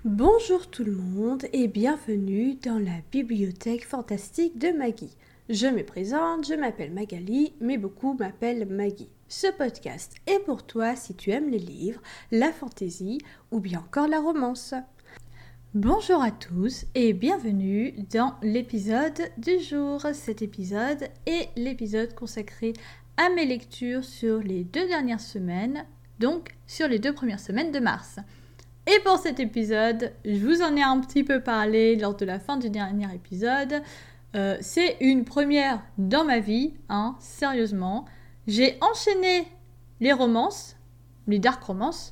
Bonjour tout le monde et bienvenue dans la bibliothèque fantastique de Maggie. Je me présente, je m'appelle Magali, mais beaucoup m'appellent Maggie. Ce podcast est pour toi si tu aimes les livres, la fantaisie ou bien encore la romance. Bonjour à tous et bienvenue dans l'épisode du jour. Cet épisode est l'épisode consacré à mes lectures sur les 2 dernières semaines, donc sur les 2 premières semaines de mars. Et pour cet épisode, je vous en ai un petit peu parlé lors de la fin du dernier épisode. C'est une première dans ma vie, sérieusement. J'ai enchaîné les romances, les dark romances,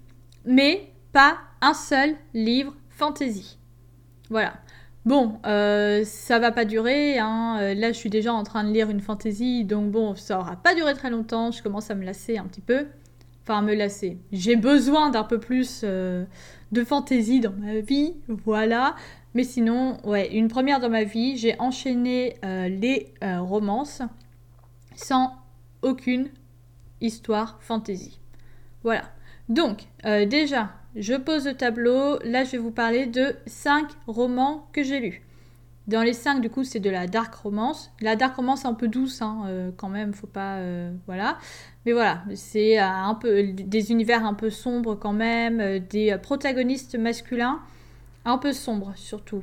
mais pas un seul livre fantasy. Voilà. Bon, ça va pas durer. Là, je suis déjà en train de lire une fantasy, donc bon, ça aura pas duré très longtemps. Je commence à me lasser un petit peu. Enfin, me lasser. J'ai besoin d'un peu plus de fantaisie dans ma vie, voilà. Mais sinon, ouais, une première dans ma vie, j'ai enchaîné les romances sans aucune histoire fantaisie. Voilà. Donc, déjà, je pose le tableau. Là, je vais vous parler de 5 romans que j'ai lus. Dans les 5, du coup, c'est de la dark romance. La dark romance, un peu douce, quand même, faut pas... voilà. Mais voilà, c'est un peu des univers un peu sombres quand même, des protagonistes masculins un peu sombres, surtout.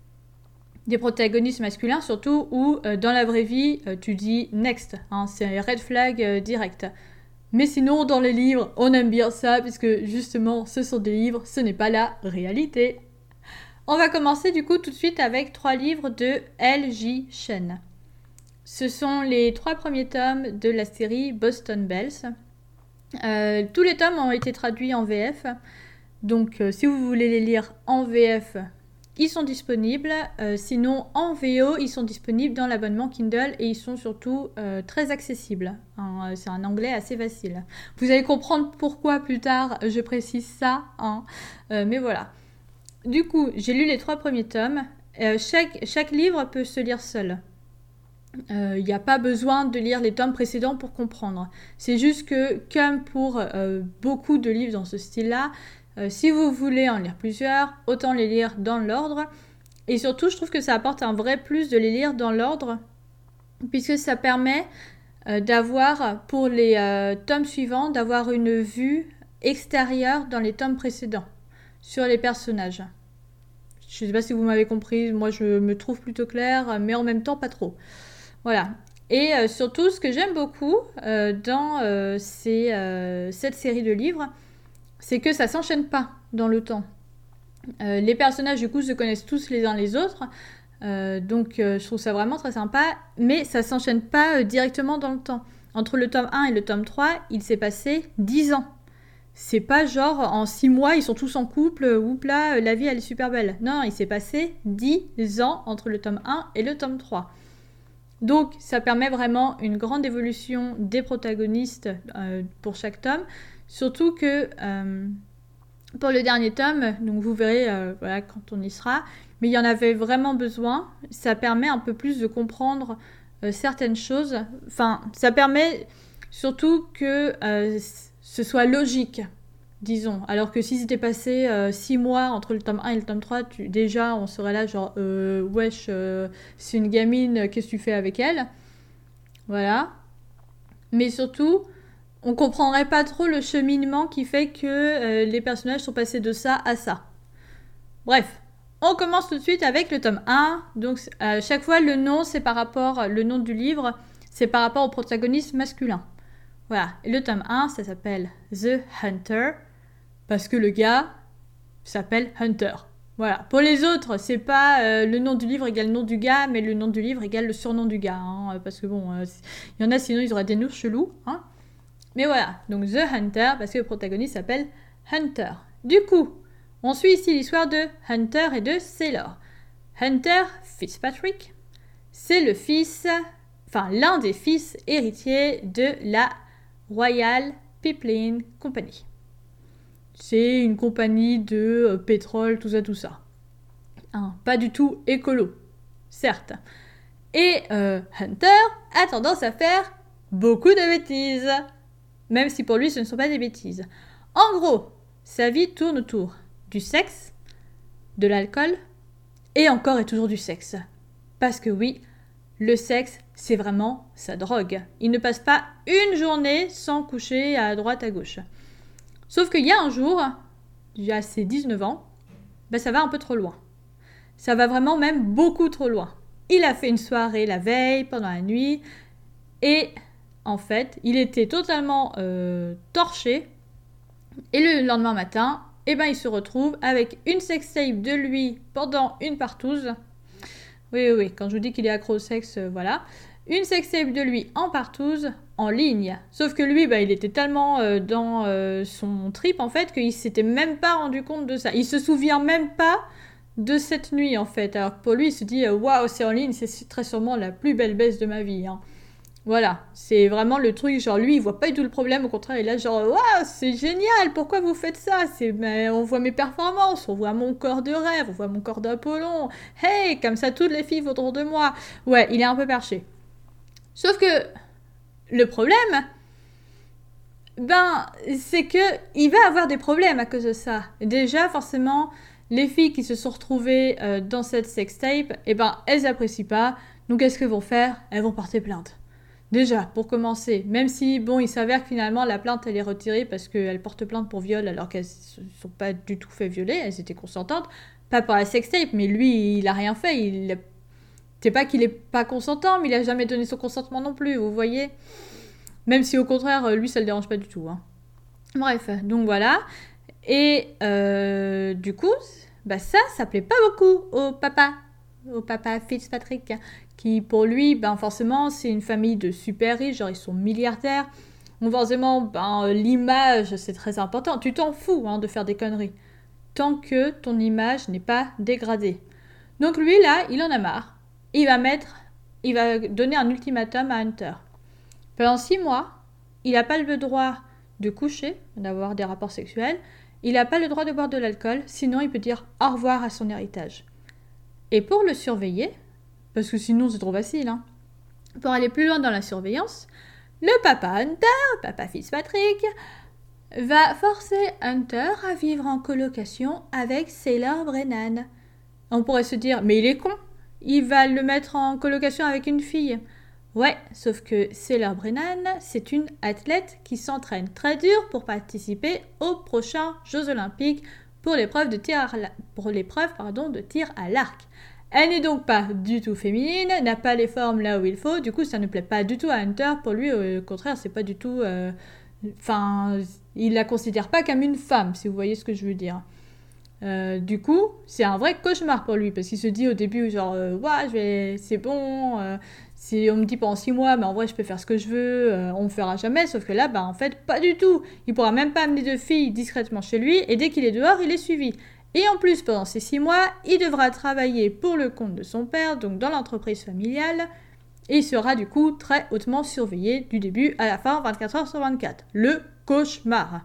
Des protagonistes masculins, surtout, où, dans la vraie vie, tu dis « next », c'est un red flag direct. Mais sinon, dans les livres, on aime bien ça, puisque, justement, ce sont des livres, ce n'est pas la réalité. On va commencer du coup tout de suite avec 3 livres de L.J. Chen. Ce sont les 3 premiers tomes de la série Boston Bells. Tous les tomes ont été traduits en VF. Donc si vous voulez les lire en VF, ils sont disponibles. Sinon en VO, ils sont disponibles dans l'abonnement Kindle et ils sont surtout très accessibles. C'est un anglais assez facile. Vous allez comprendre pourquoi plus tard je précise ça. Mais voilà. Du coup, j'ai lu les 3 premiers tomes. Chaque livre peut se lire seul. Il n'y a pas besoin de lire les tomes précédents pour comprendre. C'est juste que, comme pour beaucoup de livres dans ce style-là, si vous voulez en lire plusieurs, autant les lire dans l'ordre. Et surtout, je trouve que ça apporte un vrai plus de les lire dans l'ordre, puisque ça permet d'avoir, pour les tomes suivants, d'avoir une vue extérieure dans les tomes précédents sur les personnages. Je ne sais pas si vous m'avez compris, moi je me trouve plutôt claire, mais en même temps pas trop. Voilà. Et surtout, ce que j'aime beaucoup dans cette série de livres, c'est que ça ne s'enchaîne pas dans le temps. Les personnages, du coup, se connaissent tous les uns les autres, donc je trouve ça vraiment très sympa, mais ça ne s'enchaîne pas directement dans le temps. Entre le tome 1 et le tome 3, il s'est passé 10 ans. C'est pas genre en 6 mois ils sont tous en couple, oups là, la vie elle est super belle. Non, il s'est passé 10 ans entre le tome 1 et le tome 3. Donc ça permet vraiment une grande évolution des protagonistes pour chaque tome. Surtout que pour le dernier tome, donc vous verrez voilà, quand on y sera, mais il y en avait vraiment besoin. Ça permet un peu plus de comprendre certaines choses. Enfin, ça permet surtout que... ce soit logique, disons. Alors que si c'était passé 6 mois entre le tome 1 et le tome 3, déjà, on serait là genre, wesh, c'est une gamine, qu'est-ce que tu fais avec elle ? Voilà. Mais surtout, on comprendrait pas trop le cheminement qui fait que les personnages sont passés de ça à ça. Bref, on commence tout de suite avec le tome 1. Donc, chaque fois, le nom, c'est par rapport, le nom du livre, c'est par rapport au protagoniste masculin. Voilà, et le tome 1, ça s'appelle The Hunter, parce que le gars s'appelle Hunter. Voilà, pour les autres, c'est pas le nom du livre égale le nom du gars, mais le nom du livre égale le surnom du gars, parce que bon, il y en a sinon ils auraient des noms chelous. Mais voilà, donc The Hunter, parce que le protagoniste s'appelle Hunter. Du coup, on suit ici l'histoire de Hunter et de Sailor. Hunter Fitzpatrick, c'est le fils, l'un des fils héritiers de la Royal Pipeline Company. C'est une compagnie de pétrole, tout ça. Pas du tout écolo, certes. Et Hunter a tendance à faire beaucoup de bêtises. Même si pour lui, ce ne sont pas des bêtises. En gros, sa vie tourne autour du sexe, de l'alcool et encore et toujours du sexe. Parce que oui, le sexe, c'est vraiment sa drogue. Il ne passe pas une journée sans coucher à droite, à gauche. Sauf qu'il y a un jour, il y a ses 19 ans, ça va un peu trop loin. Ça va vraiment même beaucoup trop loin. Il a fait une soirée la veille, pendant la nuit, et en fait, il était totalement torché. Et le lendemain matin, il se retrouve avec une sextape de lui pendant une partouze. Oui, quand je vous dis qu'il est accro au sexe, voilà. Une sextape de lui en partouze, en ligne. Sauf que lui, il était tellement dans son trip, en fait, qu'il s'était même pas rendu compte de ça. Il se souvient même pas de cette nuit, en fait. Alors que pour lui, il se dit, waouh, c'est en ligne, c'est très sûrement la plus belle baisse de ma vie, hein. Voilà, c'est vraiment le truc, genre lui, il voit pas du tout le problème, au contraire, il est là genre, waouh, c'est génial, pourquoi vous faites ça? On voit mes performances, on voit mon corps de rêve, on voit mon corps d'Apollon, hey, comme ça toutes les filles autour de moi. Ouais, il est un peu perché. Sauf que le problème, c'est que il va avoir des problèmes à cause de ça. Déjà, forcément, les filles qui se sont retrouvées dans cette sextape, elles apprécient pas, donc qu'est-ce qu'elles vont faire? Elles vont porter plainte. Déjà, pour commencer, même si, il s'avère que finalement la plainte elle est retirée parce qu'elle porte plainte pour viol alors qu'elles ne se sont pas du tout fait violer, elles étaient consentantes, pas pour la sextape, mais lui il a rien fait, c'est pas qu'il est pas consentant, mais il a jamais donné son consentement non plus, vous voyez. Même si au contraire, lui ça le dérange pas du tout, hein. Bref, donc voilà, et du coup, ça plaît pas beaucoup au papa Fitzpatrick, qui pour lui, forcément, c'est une famille de super riches, genre ils sont milliardaires. Donc forcément, l'image, c'est très important. Tu t'en fous de faire des conneries, tant que ton image n'est pas dégradée. Donc lui, là, il en a marre. Il va donner un ultimatum à Hunter. Pendant 6 mois, il n'a pas le droit de coucher, d'avoir des rapports sexuels. Il n'a pas le droit de boire de l'alcool, sinon il peut dire au revoir à son héritage. Et pour le surveiller, parce que sinon c'est trop facile, pour aller plus loin dans la surveillance, le papa Hunter, papa Fitzpatrick, va forcer Hunter à vivre en colocation avec Sailor Brennan. On pourrait se dire, mais il est con, il va le mettre en colocation avec une fille. Ouais, sauf que Sailor Brennan, c'est une athlète qui s'entraîne très dur pour participer aux prochains Jeux Olympiques pour l'épreuve de tir à l'arc. Elle n'est donc pas du tout féminine, n'a pas les formes là où il faut, du coup ça ne plaît pas du tout à Hunter, pour lui au contraire c'est pas du tout... il la considère pas comme une femme, si vous voyez ce que je veux dire. Du coup, c'est un vrai cauchemar pour lui, parce qu'il se dit au début genre c'est bon, si on me dit pendant 6 mois, mais en vrai je peux faire ce que je veux, on me fera jamais, sauf que là, en fait, pas du tout. Il pourra même pas amener de filles discrètement chez lui, et dès qu'il est dehors, il est suivi. Et en plus, pendant ces 6 mois, il devra travailler pour le compte de son père, donc dans l'entreprise familiale, et il sera du coup très hautement surveillé du début à la fin, 24 heures sur 24. Le cauchemar.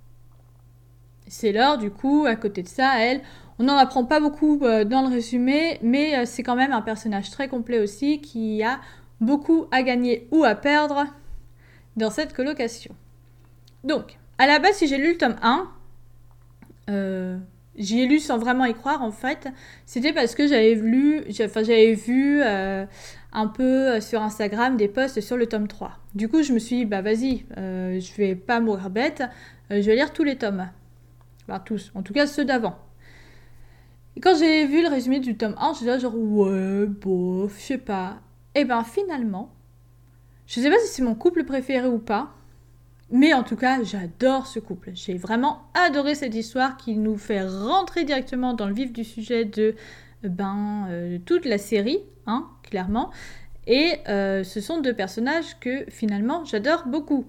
C'est l'heure, du coup, à côté de ça, elle, on n'en apprend pas beaucoup dans le résumé, mais c'est quand même un personnage très complet aussi, qui a beaucoup à gagner ou à perdre dans cette colocation. Donc, à la base, si j'ai lu le tome 1, j'y ai lu sans vraiment y croire, en fait. C'était parce que j'avais vu un peu sur Instagram des posts sur le tome 3. Du coup, je me suis dit, vas-y, je vais pas mourir bête, je vais lire tous les tomes. Tous, en tout cas ceux d'avant. Et quand j'ai vu le résumé du tome 1, j'étais là genre, ouais, bof, je sais pas. Et finalement, je sais pas si c'est mon couple préféré ou pas, mais en tout cas, j'adore ce couple. J'ai vraiment adoré cette histoire qui nous fait rentrer directement dans le vif du sujet de toute la série, clairement. Et ce sont 2 personnages que finalement j'adore beaucoup.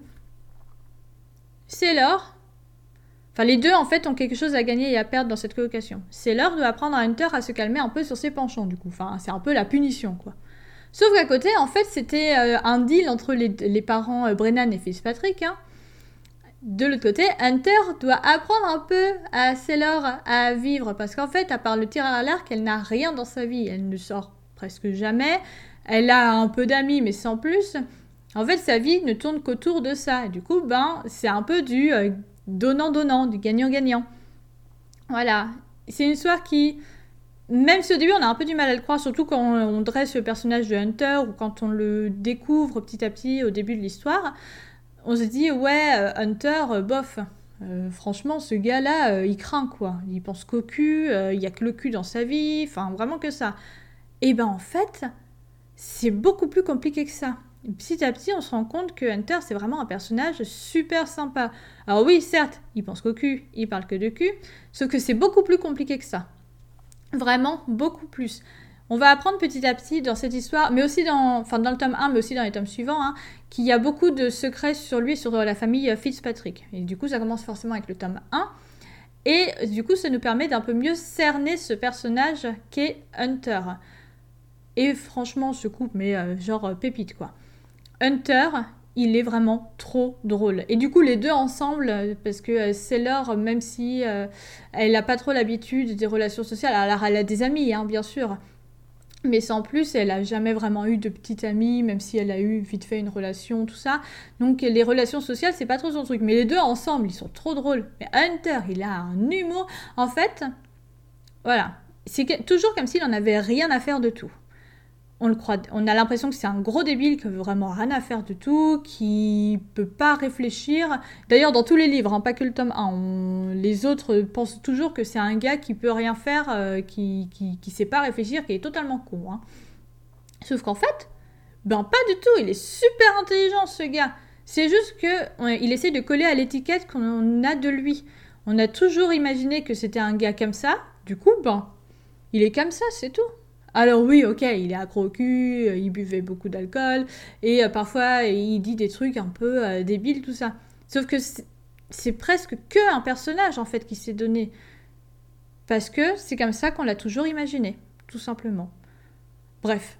Sailor, les 2 en fait ont quelque chose à gagner et à perdre dans cette colocation. Sailor doit apprendre à Hunter à se calmer un peu sur ses penchants du coup. C'est un peu la punition quoi. Sauf qu'à côté, en fait, c'était un deal entre les parents Brennan et Fitzpatrick. De l'autre côté, Hunter doit apprendre un peu à Sailor à vivre. Parce qu'en fait, à part le tir à l'arc, elle n'a rien dans sa vie. Elle ne sort presque jamais. Elle a un peu d'amis, mais sans plus. En fait, sa vie ne tourne qu'autour de ça. Et du coup, c'est un peu du donnant-donnant, du gagnant-gagnant. Voilà. c'est une histoire qui, même si au début on a un peu du mal à le croire, surtout quand on dresse le personnage de Hunter ou quand on le découvre petit à petit au début de l'histoire, on se dit ouais, Hunter, bof. Franchement, ce gars-là, il craint quoi. Il pense qu'au cul, il y a que le cul dans sa vie, enfin vraiment que ça. Et ben en fait, c'est beaucoup plus compliqué que ça. Petit à petit, on se rend compte que Hunter, c'est vraiment un personnage super sympa. Alors oui, certes, il pense qu'au cul, il parle que de cul, sauf que c'est beaucoup plus compliqué que ça. Vraiment, beaucoup plus. On va apprendre petit à petit dans cette histoire, mais aussi dans le tome 1, mais aussi dans les tomes suivants, qu'il y a beaucoup de secrets sur lui et sur la famille Fitzpatrick. Et du coup, ça commence forcément avec le tome 1. Et du coup, ça nous permet d'un peu mieux cerner ce personnage qu'est Hunter. Et franchement, ce couple, mais genre pépite, quoi. Hunter, il est vraiment trop drôle. Et du coup, les deux ensemble, parce que Sailor, même si elle n'a pas trop l'habitude des relations sociales, alors elle a des amis, bien sûr, mais sans plus, elle n'a jamais vraiment eu de petite amie, même si elle a eu vite fait une relation, tout ça. Donc les relations sociales, c'est pas trop son truc. Mais les deux ensemble, ils sont trop drôles. Mais Hunter, il a un humour. En fait, voilà, c'est toujours comme s'il en avait rien à faire de tout. On a l'impression que c'est un gros débile qui veut vraiment rien à faire de tout, qui peut pas réfléchir. D'ailleurs, dans tous les livres, pas que le tome 1, les autres pensent toujours que c'est un gars qui peut rien faire, qui sait pas réfléchir, qui est totalement con. Sauf qu'en fait, pas du tout, il est super intelligent ce gars. C'est juste que il essaie de coller à l'étiquette qu'on a de lui. On a toujours imaginé que c'était un gars comme ça, du coup, il est comme ça, c'est tout. Alors oui, ok, il est accro au cul, il buvait beaucoup d'alcool, et parfois il dit des trucs un peu débiles, tout ça. Sauf que c'est presque que un personnage, en fait, qui s'est donné. Parce que c'est comme ça qu'on l'a toujours imaginé, tout simplement. Bref.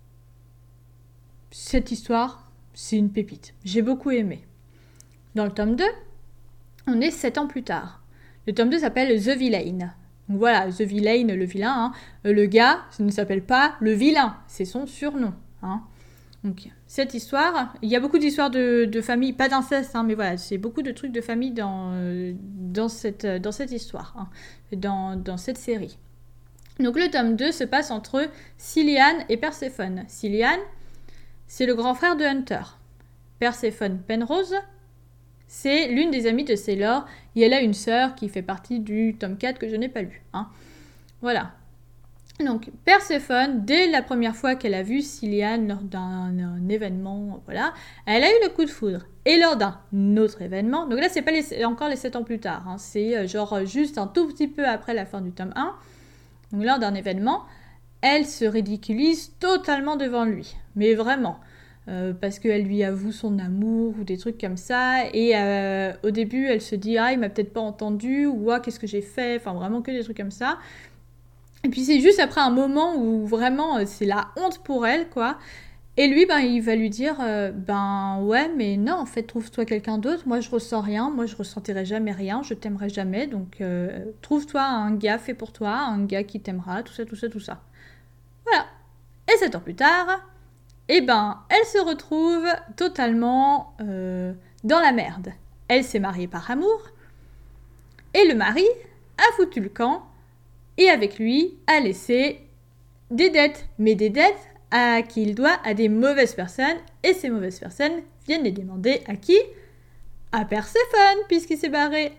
Cette histoire, c'est une pépite. J'ai beaucoup aimé. Dans le tome 2, on est 7 ans plus tard. Le tome 2 s'appelle The Villain. Donc voilà, The Villain, le vilain. Le gars, ça ne s'appelle pas le vilain, c'est son surnom. Donc, cette histoire, il y a beaucoup d'histoires de famille, pas d'inceste, mais voilà, c'est beaucoup de trucs de famille dans cette histoire, dans cette série. Donc le tome 2 se passe entre Cillian et Perséphone. Cillian, c'est le grand frère de Hunter. Perséphone Penrose, c'est l'une des amies de Sailor, et elle a une sœur qui fait partie du tome 4 que je n'ai pas lu. Voilà. Donc, Perséphone, dès la première fois qu'elle a vu Cillian lors d'un événement, voilà, elle a eu le coup de foudre. Et lors d'un autre événement, donc là, c'est pas encore les 7 ans plus tard, c'est genre juste un tout petit peu après la fin du tome 1. Donc, lors d'un événement, elle se ridiculise totalement devant lui. Mais vraiment. Parce qu'elle lui avoue son amour ou des trucs comme ça, et au début elle se dit il m'a peut-être pas entendu, ou qu'est-ce que j'ai fait, enfin vraiment que des trucs comme ça. Et puis c'est juste après un moment où vraiment c'est la honte pour elle, quoi. Et lui, il va lui dire ouais, mais non, en fait, trouve-toi quelqu'un d'autre. Moi, je ressens rien. Moi, je ressentirai jamais rien. Je t'aimerai jamais. Donc, trouve-toi un gars fait pour toi, un gars qui t'aimera, tout ça, tout ça, tout ça. Voilà. Et 7 ans plus tard, elle se retrouve totalement dans la merde. Elle s'est mariée par amour, et le mari a foutu le camp, et avec lui a laissé des dettes. Mais des dettes à qui il doit à des mauvaises personnes, et ces mauvaises personnes viennent les demander à qui ? À Perséphone, puisqu'il s'est barré.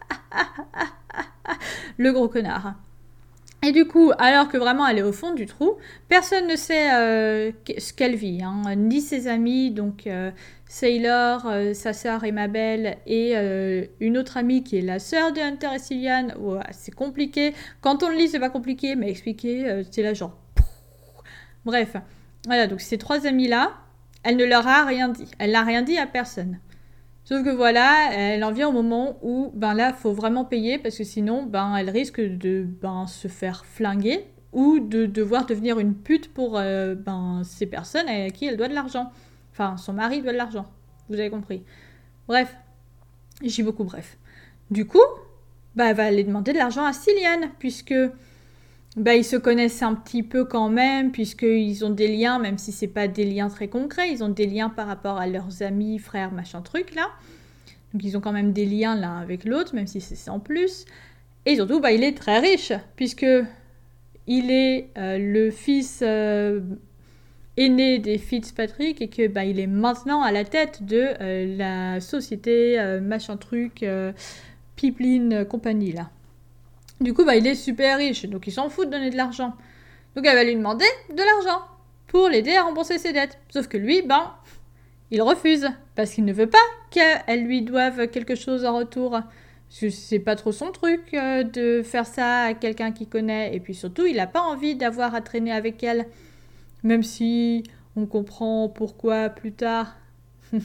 Le gros connard. Et du coup, alors que vraiment elle est au fond du trou, personne ne sait ce qu'elle vit, ni ses amis, donc Sailor, sa sœur Emabel, et une autre amie qui est la sœur de Hunter et Cillian. C'est compliqué. Quand on le lit, c'est pas compliqué, mais expliquer, c'est là genre... Bref, voilà, donc ces 3 amies-là, elle ne leur a rien dit. Elle n'a rien dit à personne. Sauf que voilà, elle en vient au moment où, là, faut vraiment payer, parce que sinon, elle risque de se faire flinguer, ou de devoir devenir une pute pour ces personnes à qui elle doit de l'argent. Enfin, son mari doit de l'argent. Vous avez compris. Bref. J'ai beaucoup bref. Du coup, elle va aller demander de l'argent à Cillian, puisque ils se connaissent un petit peu quand même, puisqu'ils ont des liens, même si c'est pas des liens très concrets, ils ont des liens par rapport à leurs amis, frères, machin truc, là. Donc ils ont quand même des liens l'un avec l'autre, même si c'est sans plus. Et surtout, il est très riche, puisque il est le fils aîné des Fitzpatrick et que il est maintenant à la tête de la société machin truc Pipeline compagnie là. Du coup, il est super riche, donc il s'en fout de donner de l'argent. Donc elle va lui demander de l'argent pour l'aider à rembourser ses dettes. Sauf que lui, il refuse parce qu'il ne veut pas qu'elle lui doive quelque chose en retour. Parce que c'est pas trop son truc de faire ça à quelqu'un qu'il connaît. Et puis surtout, il n'a pas envie d'avoir à traîner avec elle. Même si on comprend pourquoi plus tard. Sauf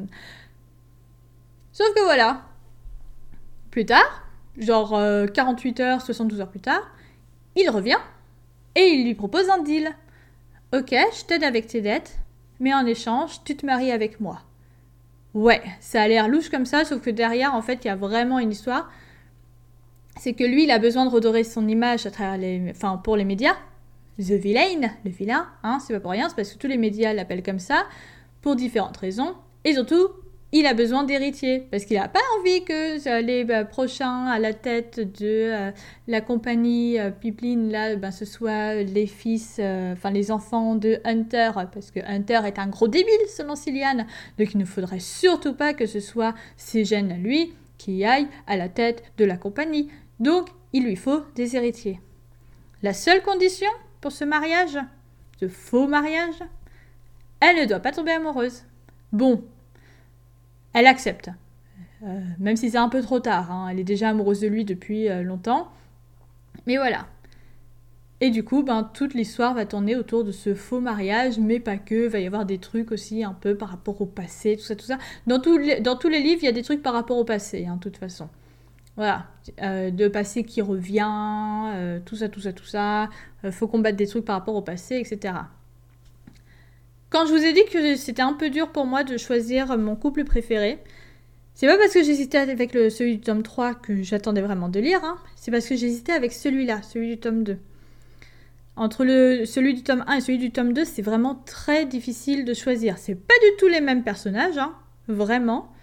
que voilà. Plus tard, genre 48 heures, 72 heures plus tard, il revient et il lui propose un deal. Ok, je t'aide avec tes dettes, mais en échange, tu te maries avec moi. Ouais, ça a l'air louche comme ça, sauf que derrière, en fait, il y a vraiment une histoire. C'est que lui, il a besoin de redorer son image à travers pour les médias. The Villain, le vilain, c'est pas pour rien, c'est parce que tous les médias l'appellent comme ça, pour différentes raisons. Et surtout, il a besoin d'héritiers, parce qu'il n'a pas envie que les prochains à la tête de la compagnie Pipeline, là, ce soit les fils, les enfants de Hunter, parce que Hunter est un gros débile, selon Cillian. Donc il ne faudrait surtout pas que ce soit ses gènes à lui qui aillent à la tête de la compagnie. Donc, il lui faut des héritiers. La seule condition pour ce mariage, ce faux mariage, elle ne doit pas tomber amoureuse. Bon, elle accepte. Même si c'est un peu trop tard, elle est déjà amoureuse de lui depuis longtemps. Mais voilà. Et du coup, toute l'histoire va tourner autour de ce faux mariage, mais pas que. Il va y avoir des trucs aussi un peu par rapport au passé, tout ça. Dans tous les livres, il y a des trucs par rapport au passé, de toute façon. Voilà, de passé qui revient, tout ça. Faut combattre des trucs par rapport au passé, etc. Quand je vous ai dit que c'était un peu dur pour moi de choisir mon couple préféré, c'est pas parce que j'hésitais avec celui du tome 3 que j'attendais vraiment de lire, c'est parce que j'hésitais avec celui-là, celui du tome 2. Entre celui du tome 1 et celui du tome 2, c'est vraiment très difficile de choisir. C'est pas du tout les mêmes personnages, vraiment.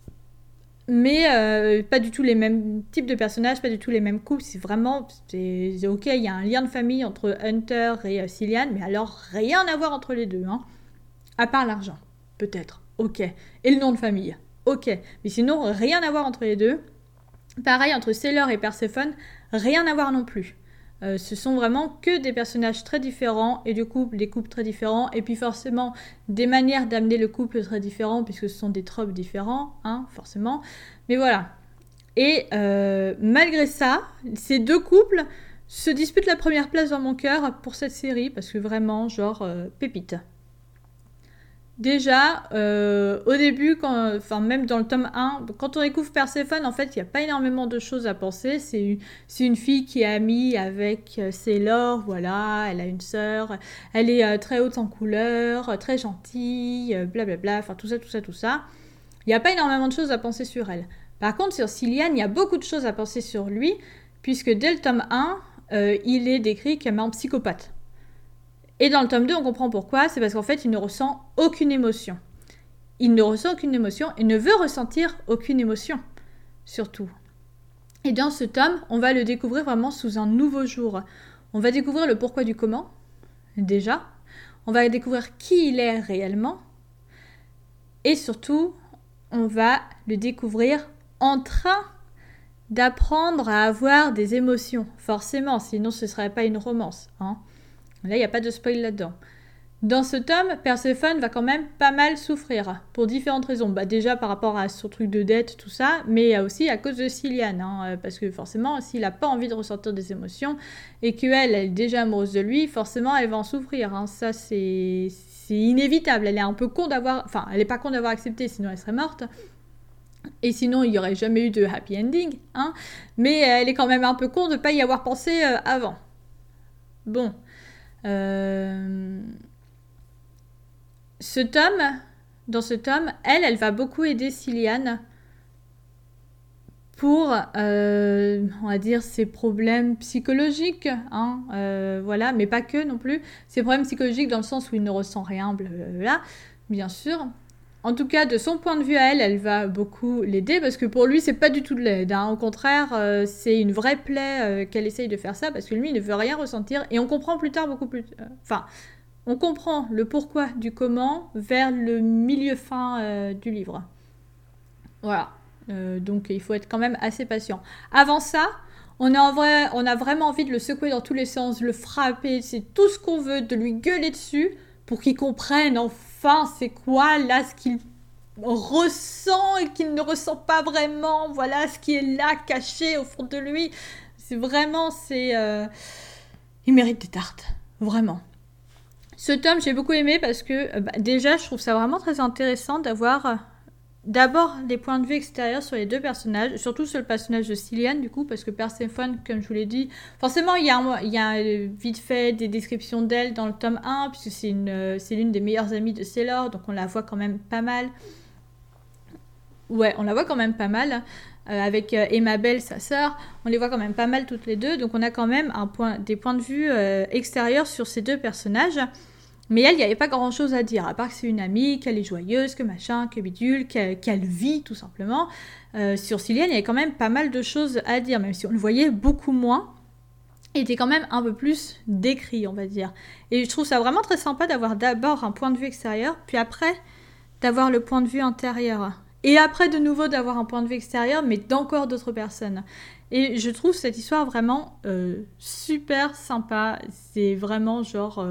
Mais pas du tout les mêmes types de personnages, pas du tout les mêmes couples. C'est ok, il y a un lien de famille entre Hunter et Cillian, mais alors rien à voir entre les deux. À part l'argent, peut-être. Ok. Et le nom de famille. Ok. Mais sinon, rien à voir entre les deux. Pareil, entre Sailor et Perséphone, rien à voir non plus. Ce sont vraiment que des personnages très différents et du coup des couples très différents et puis forcément des manières d'amener le couple très différents puisque ce sont des tropes différents, forcément. Mais voilà. Et malgré ça, ces deux couples se disputent la première place dans mon cœur pour cette série parce que vraiment, pépite. Déjà, au début, même dans le tome 1, quand on découvre Perséphone, en fait, il n'y a pas énormément de choses à penser. C'est une fille qui est amie avec Sailor, voilà, elle a une sœur, elle est très haute en couleur, très gentille, blablabla, tout ça. Il n'y a pas énormément de choses à penser sur elle. Par contre, sur Cillian, il y a beaucoup de choses à penser sur lui, puisque dès le tome 1, il est décrit comme un psychopathe. Et dans le tome 2, on comprend pourquoi. C'est parce qu'en fait, il ne ressent aucune émotion. Il ne ressent aucune émotion et ne veut ressentir aucune émotion, surtout. Et dans ce tome, on va le découvrir vraiment sous un nouveau jour. On va découvrir le pourquoi du comment, déjà. On va découvrir qui il est réellement. Et surtout, on va le découvrir en train d'apprendre à avoir des émotions. Forcément, sinon ce ne serait pas une romance, Là, il n'y a pas de spoil là-dedans. Dans ce tome, Perséphone va quand même pas mal souffrir, pour différentes raisons. Déjà par rapport à son truc de dette, tout ça, mais aussi à cause de Cillian, parce que forcément, s'il n'a pas envie de ressentir des émotions, et qu'elle est déjà amoureuse de lui, forcément, elle va en souffrir. Ça, c'est inévitable. Elle est un peu con d'avoir... Enfin, elle n'est pas con d'avoir accepté, sinon elle serait morte. Et sinon, il n'y aurait jamais eu de happy ending, Mais elle est quand même un peu con de ne pas y avoir pensé avant. Bon... Dans ce tome, elle va beaucoup aider Cillian pour, on va dire, ses problèmes psychologiques, voilà, mais pas que non plus. Ses problèmes psychologiques dans le sens où il ne ressent rien, blablabla, bien sûr. En tout cas, de son point de vue à elle, elle va beaucoup l'aider parce que pour lui, c'est pas du tout de l'aide. Hein. Au contraire, c'est une vraie plaie qu'elle essaye de faire ça parce que lui, il ne veut rien ressentir. Et on comprend plus tard beaucoup plus... on comprend le pourquoi du comment vers le milieu fin du livre. Voilà. Donc, il faut être quand même assez patient. Avant ça, on a vraiment envie de le secouer dans tous les sens, de le frapper. C'est tout ce qu'on veut, de lui gueuler dessus pour qu'il comprenne enfin c'est quoi là ce qu'il ressent et qu'il ne ressent pas vraiment. Voilà ce qui est là, caché au fond de lui. C'est vraiment, il mérite des tartes. Vraiment. Ce tome, j'ai beaucoup aimé parce que déjà, je trouve ça vraiment très intéressant d'avoir d'abord les points de vue extérieurs sur les deux personnages, surtout sur le personnage de Cillian du coup, parce que Perséphone, comme je vous l'ai dit, forcément il y a vite fait des descriptions d'elle dans le tome 1, puisque c'est l'une des meilleures amies de Sailor, donc on la voit quand même pas mal. Ouais, on la voit quand même pas mal, avec Emma Bell, sa sœur, on les voit quand même pas mal toutes les deux, donc on a quand même des points de vue extérieurs sur ces deux personnages. Mais elle, il n'y avait pas grand-chose à dire, à part que c'est une amie, qu'elle est joyeuse, que machin, que bidule, qu'elle vit, tout simplement. Sur Cillian, il y avait quand même pas mal de choses à dire, même si on le voyait beaucoup moins. Il était quand même un peu plus décrit, on va dire. Et je trouve ça vraiment très sympa d'avoir d'abord un point de vue extérieur, puis après, d'avoir le point de vue intérieur. Et après, de nouveau, d'avoir un point de vue extérieur, mais d'encore d'autres personnes. Et je trouve cette histoire vraiment super sympa. C'est vraiment genre...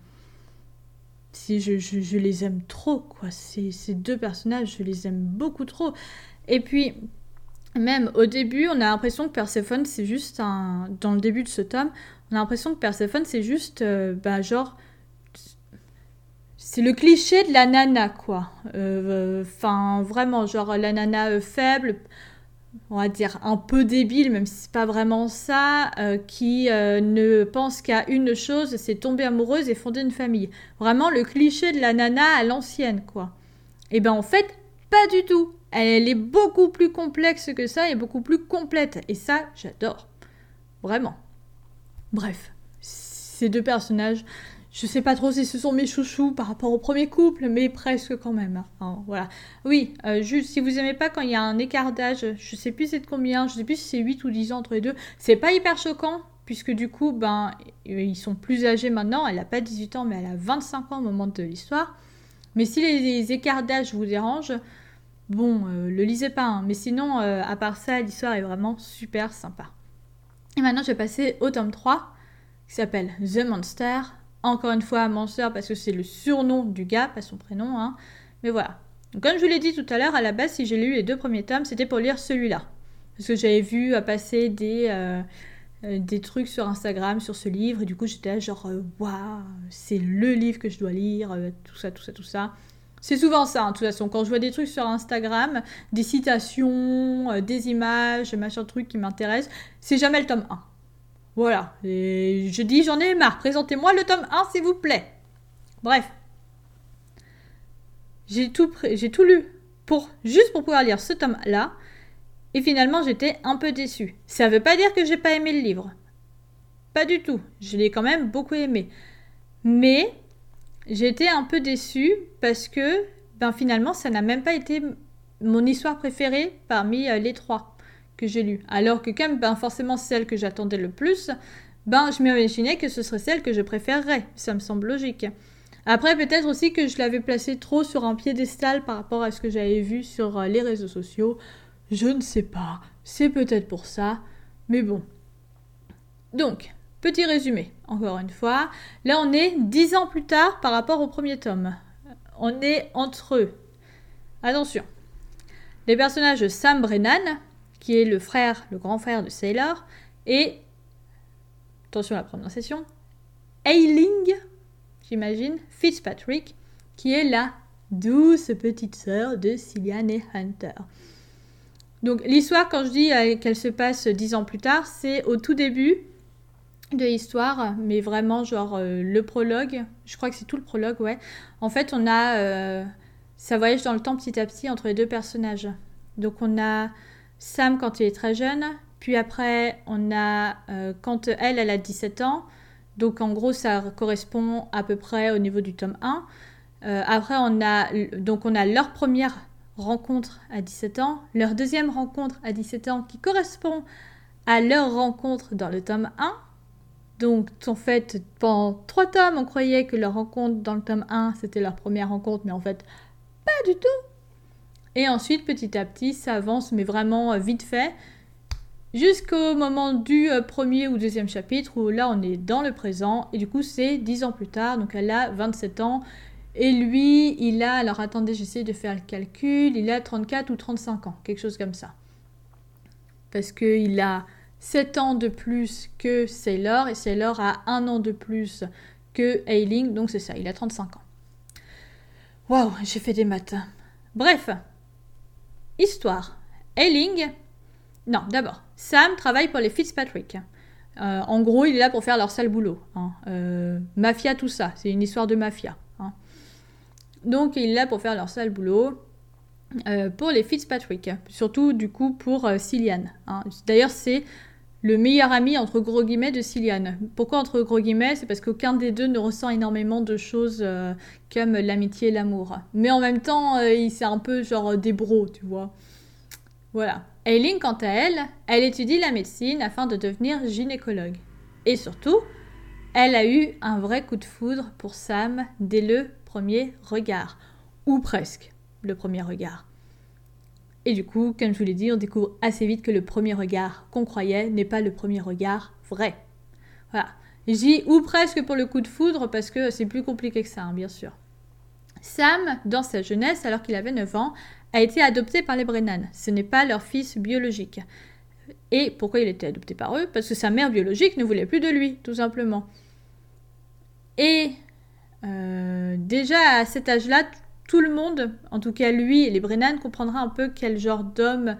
je les aime trop, quoi. Ces deux personnages, je les aime beaucoup trop. Et puis, même au début, on a l'impression que Perséphone, c'est juste dans le début de ce tome, on a l'impression que Perséphone, c'est juste, genre... C'est le cliché de la nana, quoi. Vraiment, genre la nana faible... on va dire un peu débile, même si c'est pas vraiment ça, qui ne pense qu'à une chose, c'est tomber amoureuse et fonder une famille. Vraiment le cliché de la nana à l'ancienne, quoi. Et ben en fait, pas du tout. Elle est beaucoup plus complexe que ça et beaucoup plus complète. Et ça, j'adore. Vraiment. Bref, ces deux personnages... Je sais pas trop si ce sont mes chouchous par rapport au premier couple, mais presque quand même. Hein, voilà. Oui, juste si vous aimez pas quand il y a un écart d'âge, je sais plus c'est de combien, je sais plus si c'est 8 ou 10 ans entre les deux, c'est pas hyper choquant, puisque du coup, ils sont plus âgés maintenant, elle a pas 18 ans, mais elle a 25 ans au moment de l'histoire. Mais si les écarts d'âge vous dérangent, bon, le lisez pas, hein. Mais sinon, à part ça, l'histoire est vraiment super sympa. Et maintenant, je vais passer au tome 3, qui s'appelle The Monster. Encore une fois, Monster, parce que c'est le surnom du gars, pas son prénom. Hein. Mais voilà. Donc, comme je vous l'ai dit tout à l'heure, à la base, si j'ai lu les 2 premiers tomes, c'était pour lire celui-là. Parce que j'avais vu passer des trucs sur Instagram sur ce livre. Et du coup, j'étais là genre, waouh, c'est le livre que je dois lire, tout ça. C'est souvent ça, hein, de toute façon. Quand je vois des trucs sur Instagram, des citations, des images, machin truc qui m'intéressent, c'est jamais le tome 1. Voilà, et je dis j'en ai marre, présentez-moi le tome 1 s'il vous plaît. Bref, j'ai tout lu juste pour pouvoir lire ce tome-là, et finalement j'étais un peu déçue. Ça veut pas dire que j'ai pas aimé le livre. Pas du tout, je l'ai quand même beaucoup aimé. Mais j'étais un peu déçue parce que finalement ça n'a même pas été mon histoire préférée parmi les 3. Que j'ai lu. Alors que comme forcément celle que j'attendais le plus, je m'imaginais que ce serait celle que je préférerais. Ça me semble logique. Après, peut-être aussi que je l'avais placée trop sur un piédestal par rapport à ce que j'avais vu sur les réseaux sociaux. Je ne sais pas. C'est peut-être pour ça. Mais bon. Donc, petit résumé. Encore une fois. Là, on est 10 ans plus tard par rapport au premier tome. On est entre eux. Attention. Les personnages Sam Brennan, qui est le grand frère de Sailor, et, attention à la prononciation, Ailing, j'imagine, Fitzpatrick, qui est la douce petite sœur de Cillian et Hunter. Donc l'histoire, quand je dis qu'elle se passe 10 ans plus tard, c'est au tout début de l'histoire, mais vraiment genre le prologue, je crois que c'est tout le prologue, ouais. En fait, on a... ça voyage dans le temps petit à petit entre les deux personnages. Donc on a... Sam quand il est très jeune, puis après on a quand elle a 17 ans, donc en gros ça correspond à peu près au niveau du tome 1. Après, on a leur première rencontre à 17 ans, leur deuxième rencontre à 17 ans qui correspond à leur rencontre dans le tome 1. Donc, en fait, pendant 3 tomes, on croyait que leur rencontre dans le tome 1, c'était leur première rencontre, mais en fait, pas du tout. Et ensuite, petit à petit, ça avance, mais vraiment vite fait, jusqu'au moment du premier ou deuxième chapitre, où là, on est dans le présent, et du coup, c'est 10 ans plus tard, donc elle a 27 ans, et lui, il a, alors attendez, j'essaie de faire le calcul, il a 34 ou 35 ans, quelque chose comme ça. Parce qu'il a 7 ans de plus que Sailor, et Sailor a 1 an de plus que Ailing, donc c'est ça, il a 35 ans. Waouh, j'ai fait des maths. Bref, histoire. Ailing, non, d'abord, Sam travaille pour les Fitzpatrick. En gros, il est là pour faire leur sale boulot. Mafia, tout ça, c'est une histoire de mafia. Donc, il est là pour faire leur sale boulot. Pour les Fitzpatrick, surtout du coup pour Cillian. D'ailleurs, c'est le meilleur ami entre gros guillemets de Cillian. Pourquoi entre gros guillemets? C'est parce qu'aucun des deux ne ressent énormément de choses comme l'amitié et l'amour. Mais en même temps, c'est un peu genre des bros, tu vois. Voilà. Ailing, quant à elle, elle étudie la médecine afin de devenir gynécologue. Et surtout, elle a eu un vrai coup de foudre pour Sam dès le premier regard. Ou presque le premier regard. Et du coup, comme je vous l'ai dit, on découvre assez vite que le premier regard qu'on croyait n'est pas le premier regard vrai. Voilà. Je dis ou presque pour le coup de foudre parce que c'est plus compliqué que ça, bien sûr. Sam, dans sa jeunesse, alors qu'il avait 9 ans, a été adopté par les Brennan. Ce n'est pas leur fils biologique. Et pourquoi il a été adopté par eux? Parce que sa mère biologique ne voulait plus de lui, tout simplement. Et déjà à cet âge-là, tout le monde, en tout cas lui et les Brennan, comprendra un peu quel genre d'homme,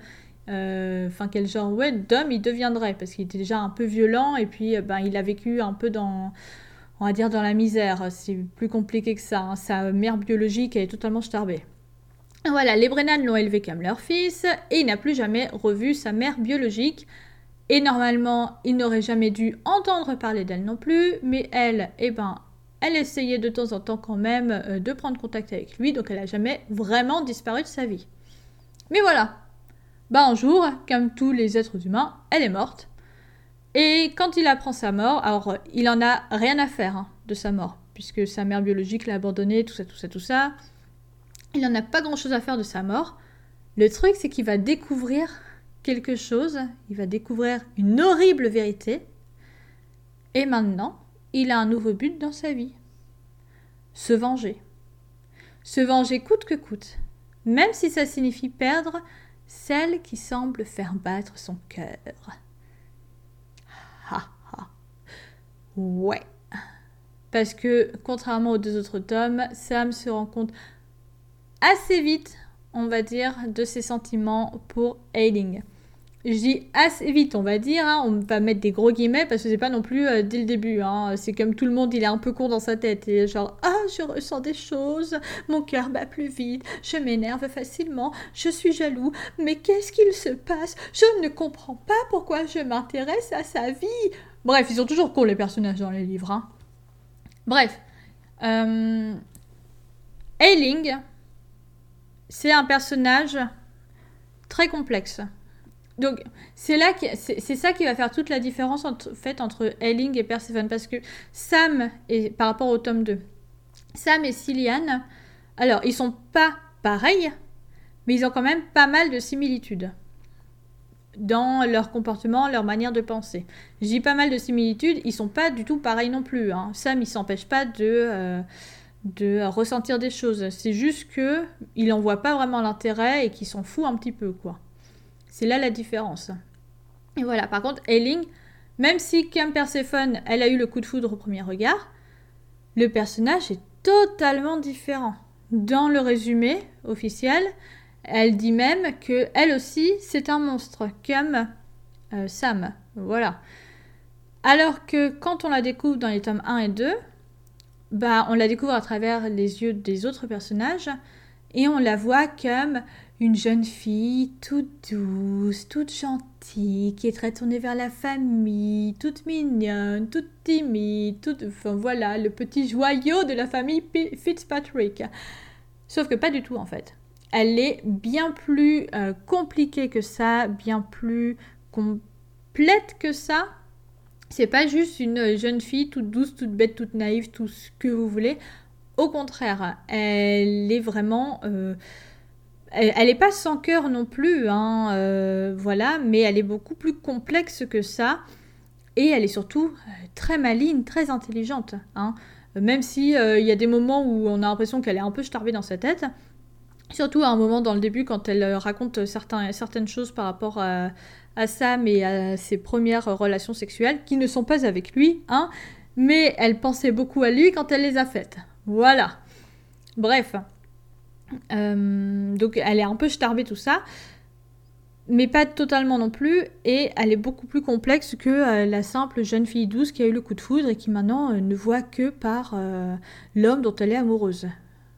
d'homme il deviendrait, parce qu'il était déjà un peu violent et puis il a vécu un peu dans la misère. C'est plus compliqué que ça. Sa mère biologique est totalement starbée. Voilà, les Brennan l'ont élevé comme leur fils et il n'a plus jamais revu sa mère biologique. Et normalement, il n'aurait jamais dû entendre parler d'elle non plus, mais elle, elle essayait de temps en temps quand même de prendre contact avec lui, donc elle n'a jamais vraiment disparu de sa vie. Mais voilà, un jour, comme tous les êtres humains, elle est morte. Et quand il apprend sa mort, alors il en a rien à faire de sa mort, puisque sa mère biologique l'a abandonné, tout ça. Il n'en a pas grand-chose à faire de sa mort. Le truc, c'est qu'il va découvrir quelque chose, il va découvrir une horrible vérité, et maintenant, il a un nouveau but dans sa vie. Se venger. Se venger coûte que coûte, même si ça signifie perdre celle qui semble faire battre son cœur. Ha ha. Ouais. Parce que, contrairement aux 2 autres tomes, Sam se rend compte assez vite, on va dire, de ses sentiments pour Ailing. Je dis assez vite, on va dire, on va mettre des gros guillemets parce que c'est pas non plus dès le début. C'est comme tout le monde, il est un peu con dans sa tête. Et genre, je ressens des choses, mon cœur bat plus vite, je m'énerve facilement, je suis jaloux, mais qu'est-ce qu'il se passe? Je ne comprends pas pourquoi je m'intéresse à sa vie. Bref, ils sont toujours cons les personnages dans les livres. Bref, Ailing, c'est un personnage très complexe. Donc, c'est ça qui va faire toute la différence entre Ailing et Perséphone, parce que Sam, par rapport au tome 2, Sam et Cillian, alors, ils sont pas pareils, mais ils ont quand même pas mal de similitudes dans leur comportement, leur manière de penser. Je dis pas mal de similitudes, ils sont pas du tout pareils non plus. Sam, il s'empêche pas de ressentir des choses. C'est juste qu'il en voit pas vraiment l'intérêt et qu'il s'en fout un petit peu, quoi. C'est là la différence. Et voilà, par contre, Ailing, même si comme Perséphone, elle a eu le coup de foudre au premier regard, le personnage est totalement différent. Dans le résumé officiel, elle dit même que elle aussi, c'est un monstre, comme Sam. Voilà. Alors que quand on la découvre dans les tomes 1 et 2, on la découvre à travers les yeux des autres personnages et on la voit comme une jeune fille toute douce, toute gentille, qui est très tournée vers la famille, toute mignonne, toute timide, enfin voilà, le petit joyau de la famille Fitzpatrick. Sauf que pas du tout en fait. Elle est bien plus compliquée que ça, bien plus complète que ça. C'est pas juste une jeune fille toute douce, toute bête, toute naïve, tout ce que vous voulez. Au contraire, elle est vraiment... elle n'est pas sans cœur non plus, hein, voilà, mais elle est beaucoup plus complexe que ça. Et elle est surtout très maligne, très intelligente. Hein. Même si y a des moments où on a l'impression qu'elle est un peu starbée dans sa tête. Surtout à un moment dans le début, quand elle raconte certaines choses par rapport à Sam et à ses premières relations sexuelles, qui ne sont pas avec lui, hein, mais elle pensait beaucoup à lui quand elle les a faites. Voilà. Bref. Donc elle est un peu starbée tout ça, mais pas totalement non plus, et elle est beaucoup plus complexe que la simple jeune fille douce qui a eu le coup de foudre et qui maintenant ne voit que par l'homme dont elle est amoureuse.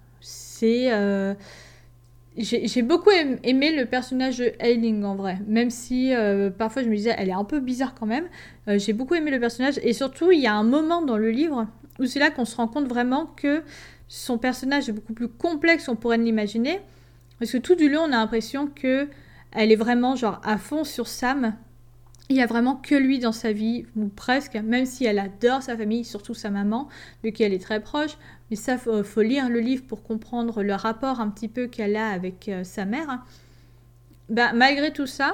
J'ai beaucoup aimé le personnage de Ailing en vrai, même si parfois je me disais elle est un peu bizarre quand même. J'ai beaucoup aimé le personnage, et surtout il y a un moment dans le livre où c'est là qu'on se rend compte vraiment que son personnage est beaucoup plus complexe qu'on pourrait l'imaginer, parce que tout du long on a l'impression que elle est vraiment genre à fond sur Sam. Il n'y a vraiment que lui dans sa vie, ou presque, même si elle adore sa famille, surtout sa maman, de qui elle est très proche. Mais ça, faut lire le livre pour comprendre le rapport un petit peu qu'elle a avec sa mère. Ben, malgré tout ça,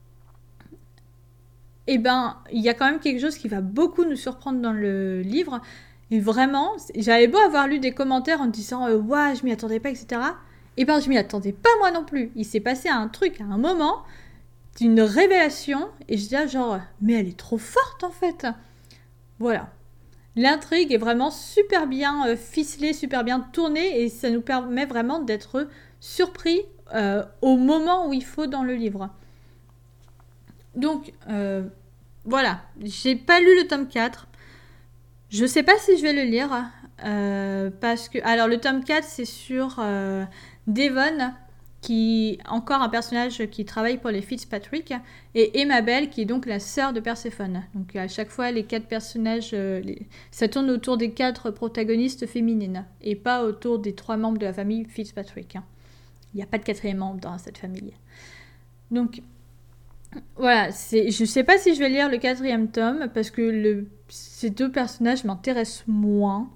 il y a quand même quelque chose qui va beaucoup nous surprendre dans le livre. Et vraiment, j'avais beau avoir lu des commentaires en disant « Ouah, je m'y attendais pas, etc. » je m'y attendais pas moi non plus. Il s'est passé un truc à un moment... d'une révélation, et je disais genre, mais elle est trop forte en fait. Voilà. L'intrigue est vraiment super bien ficelée, super bien tournée, et ça nous permet vraiment d'être surpris au moment où il faut dans le livre. Donc, voilà. J'ai pas lu le tome 4. Je sais pas si je vais le lire, parce que... Alors, le tome 4, c'est sur Devon, qui encore un personnage qui travaille pour les Fitzpatrick, et Emma Bell, qui est donc la sœur de Perséphone. Donc à chaque fois, les 4 personnages, ça tourne autour des 4 protagonistes féminines, et pas autour des 3 membres de la famille Fitzpatrick. Il n'y a pas de 4e membre dans cette famille. Donc voilà, je sais pas si je vais lire le 4e tome, parce que ces 2 personnages m'intéressent moins.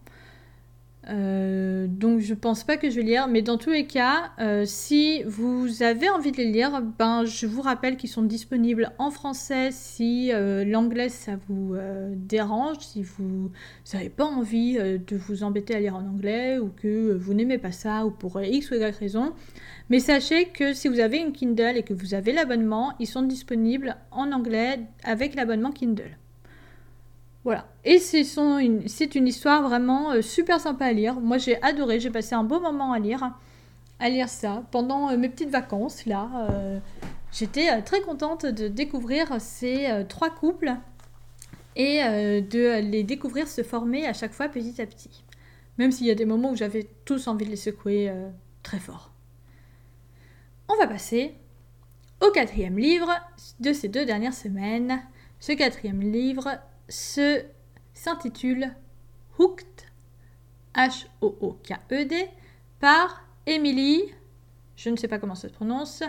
Donc je pense pas que je vais lire, mais dans tous les cas, si vous avez envie de les lire, je vous rappelle qu'ils sont disponibles en français si l'anglais ça vous dérange, si vous n'avez pas envie de vous embêter à lire en anglais, ou que vous n'aimez pas ça, ou pour X ou Y raison. Mais sachez que si vous avez une Kindle et que vous avez l'abonnement, ils sont disponibles en anglais avec l'abonnement Kindle. Voilà. Et c'est une histoire vraiment super sympa à lire. Moi, j'ai adoré. J'ai passé un beau moment à lire ça pendant mes petites vacances. Là, j'étais très contente de découvrir ces 3 couples et de les découvrir se former à chaque fois petit à petit. Même s'il y a des moments où j'avais tous envie de les secouer très fort. On va passer au 4e livre de ces 2 dernières semaines. Ce 4e livre s'intitule Hooked, H-O-O-K-E-D, par Emily, je ne sais pas comment ça se prononce,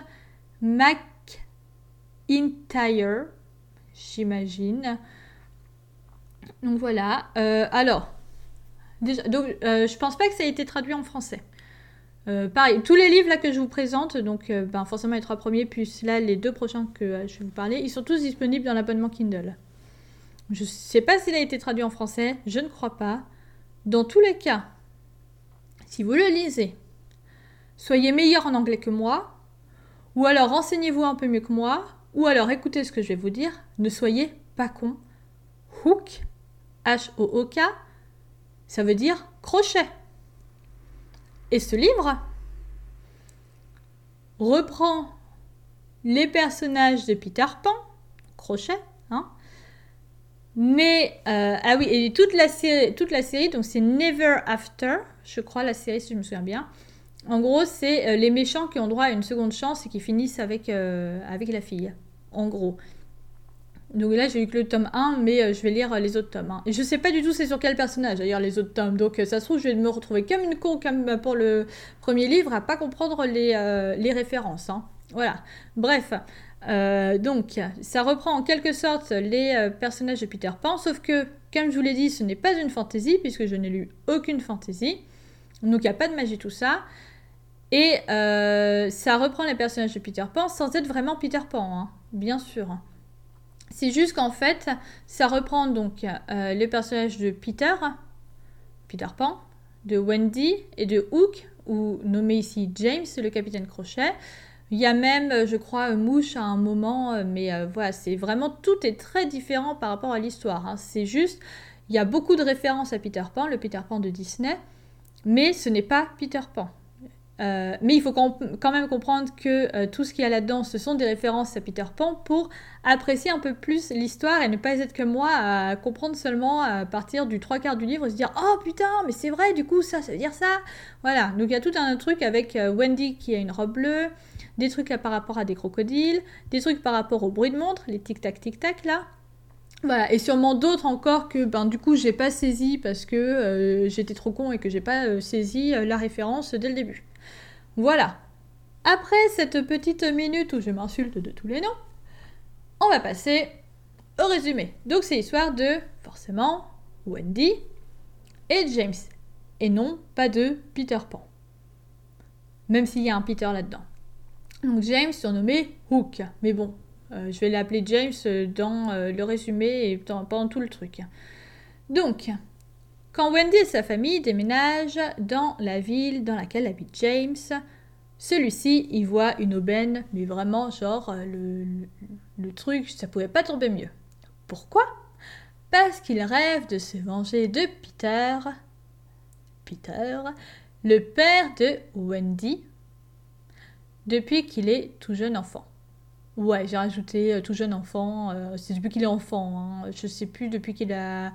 McIntyre, j'imagine. Donc voilà. Alors, déjà, je pense pas que ça ait été traduit en français. Pareil, tous les livres là que je vous présente, donc forcément les 3 premiers, puis là les 2 prochains que je vais vous parler, ils sont tous disponibles dans l'abonnement Kindle. Je ne sais pas s'il a été traduit en français, je ne crois pas. Dans tous les cas, si vous le lisez, soyez meilleur en anglais que moi, ou alors renseignez-vous un peu mieux que moi, ou alors écoutez ce que je vais vous dire, ne soyez pas con. Hook, H-O-O-K, ça veut dire crochet. Et ce livre reprend les personnages de Peter Pan, crochet, hein. Mais, ah oui, et toute la série, donc c'est Never After, je crois la série si je me souviens bien, En gros, c'est les méchants qui ont droit à une seconde chance et qui finissent avec la fille. En gros. Donc là, j'ai eu que le tome 1, mais je vais lire les autres tomes. Hein. Et je sais pas du tout c'est sur quel personnage, d'ailleurs, les autres tomes. Donc ça se trouve, je vais me retrouver comme une con, comme pour le premier livre, à pas comprendre les références. Hein. Voilà. Bref. Donc, ça reprend en quelque sorte les personnages de Peter Pan, sauf que, comme je vous l'ai dit, ce n'est pas une fantaisie, puisque je n'ai lu aucune fantaisie. Donc, il n'y a pas de magie, tout ça. Et ça reprend les personnages de Peter Pan sans être vraiment Peter Pan, hein, bien sûr. C'est juste qu'en fait, ça reprend donc les personnages de Peter Pan, de Wendy et de Hook, ou nommé ici James, le capitaine Crochet. Il y a même, je crois, Mouche à un moment, mais voilà, c'est vraiment, tout est très différent par rapport à l'histoire. Hein. C'est juste, il y a beaucoup de références à Peter Pan, le Peter Pan de Disney, mais ce n'est pas Peter Pan. Mais il faut quand même comprendre que tout ce qu'il y a là-dedans, ce sont des références à Peter Pan pour apprécier un peu plus l'histoire et ne pas être comme moi à comprendre seulement à partir du 3/4 du livre et se dire « Oh putain, mais c'est vrai, du coup, ça veut dire ça !» Voilà, donc il y a tout un truc avec Wendy qui a une robe bleue, des trucs par rapport à des crocodiles, des trucs par rapport au bruit de montre, les tic-tac, là. Voilà, et sûrement d'autres encore que du coup j'ai pas saisi parce que j'étais trop con et que j'ai pas saisi la référence dès le début. Voilà. Après cette petite minute où je m'insulte de tous les noms, on va passer au résumé. Donc c'est l'histoire de, forcément, Wendy et James. Et non, pas de Peter Pan. Même s'il y a un Peter là-dedans. Donc James surnommé Hook. Mais bon, je vais l'appeler James dans le résumé et pendant tout le truc. Donc, quand Wendy et sa famille déménagent dans la ville dans laquelle habite James, celui-ci y voit une aubaine, mais vraiment genre le truc, ça pouvait pas tomber mieux. Pourquoi ? Parce qu'il rêve de se venger de Peter, le père de Wendy, depuis qu'il est tout jeune enfant. Ouais, j'ai rajouté tout jeune enfant, c'est depuis qu'il est enfant, hein. Je sais plus depuis qu'il a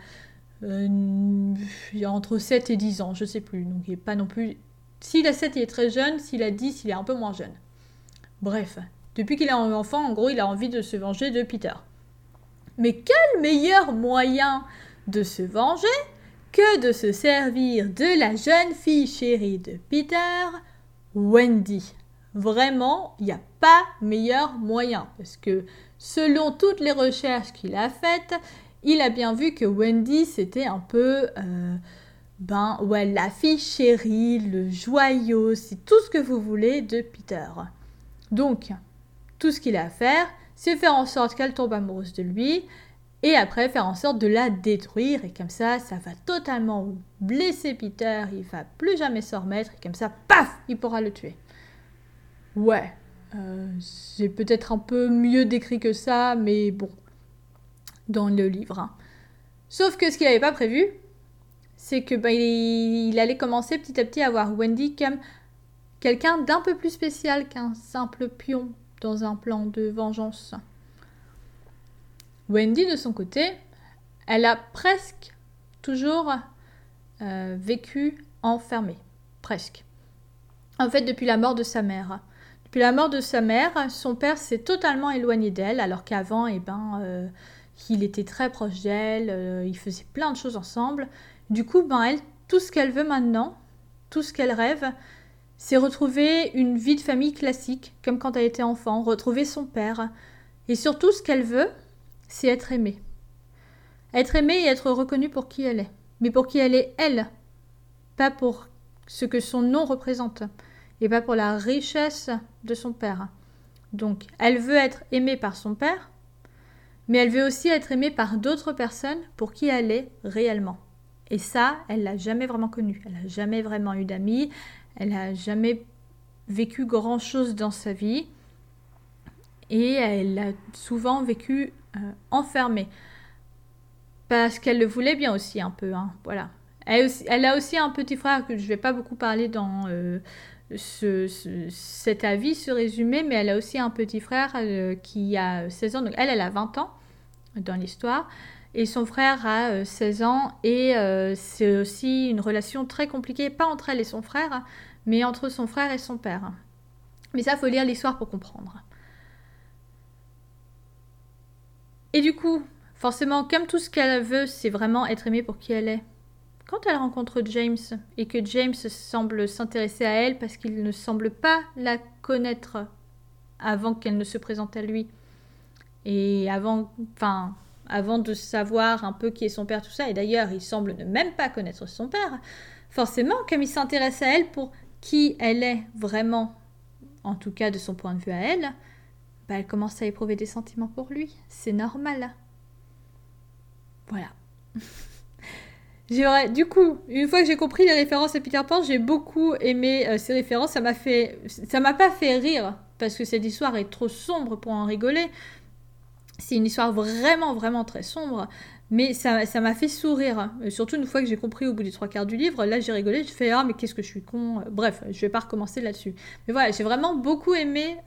entre 7 et 10 ans, je sais plus, donc il est pas non plus... S'il a 7, il est très jeune, s'il a 10, il est un peu moins jeune. Bref, depuis qu'il est enfant, en gros, il a envie de se venger de Peter. Mais quel meilleur moyen de se venger que de se servir de la jeune fille chérie de Peter, Wendy. Vraiment, il n'y a pas meilleur moyen, parce que selon toutes les recherches qu'il a faites, il a bien vu que Wendy, c'était un peu, la fille chérie, le joyau, c'est tout ce que vous voulez de Peter. Donc, tout ce qu'il a à faire, c'est faire en sorte qu'elle tombe amoureuse de lui, et après faire en sorte de la détruire, et comme ça va totalement blesser Peter, il va plus jamais s'en remettre, et comme ça, paf, il pourra le tuer. Ouais, c'est peut-être un peu mieux décrit que ça, mais bon, dans le livre. Hein. Sauf que ce qu'il n'avait pas prévu, c'est que il allait commencer petit à petit à voir Wendy comme quelqu'un d'un peu plus spécial qu'un simple pion dans un plan de vengeance. Wendy, de son côté, elle a presque toujours vécu enfermée. Presque. En fait, depuis la mort de sa mère. Depuis la mort de sa mère, son père s'est totalement éloigné d'elle, alors qu'avant, il était très proche d'elle, ils faisaient plein de choses ensemble. Du coup, elle, tout ce qu'elle veut maintenant, tout ce qu'elle rêve, c'est retrouver une vie de famille classique, comme quand elle était enfant, retrouver son père. Et surtout, ce qu'elle veut, c'est être aimée. Être aimée et être reconnue pour qui elle est. Mais pour qui elle est, elle. Pas pour ce que son nom représente. Et pas pour la richesse de son père. Donc, elle veut être aimée par son père, mais elle veut aussi être aimée par d'autres personnes pour qui elle est réellement. Et ça, elle l'a jamais vraiment connu. Elle n'a jamais vraiment eu d'amis. Elle n'a jamais vécu grand-chose dans sa vie. Et elle a souvent vécu enfermée. Parce qu'elle le voulait bien aussi un peu. Hein, voilà. Elle a aussi un petit frère que je ne vais pas beaucoup parler dans cet avis, ce résumé, mais elle a aussi un petit frère qui a 16 ans. Donc elle a 20 ans dans l'histoire. Et son frère a 16 ans. Et c'est aussi une relation très compliquée, pas entre elle et son frère, mais entre son frère et son père. Mais ça, faut lire l'histoire pour comprendre. Et du coup, forcément, comme tout ce qu'elle veut, c'est vraiment être aimée pour qui elle est. Quand elle rencontre James et que James semble s'intéresser à elle parce qu'il ne semble pas la connaître avant qu'elle ne se présente à lui et avant de savoir un peu qui est son père, tout ça, et d'ailleurs il semble ne même pas connaître son père, forcément, comme il s'intéresse à elle pour qui elle est vraiment, en tout cas de son point de vue à elle, elle commence à éprouver des sentiments pour lui. C'est normal. Voilà. Du coup, une fois que j'ai compris les références à Peter Pan, j'ai beaucoup aimé ces références. Ça m'a pas fait rire, parce que cette histoire est trop sombre pour en rigoler. C'est une histoire vraiment, vraiment très sombre. Mais ça m'a fait sourire. Surtout une fois que j'ai compris au bout des 3/4 du livre, là j'ai rigolé, j'ai fait « Ah, mais qu'est-ce que je suis con !» Bref, je vais pas recommencer là-dessus. Mais voilà, j'ai vraiment beaucoup aimé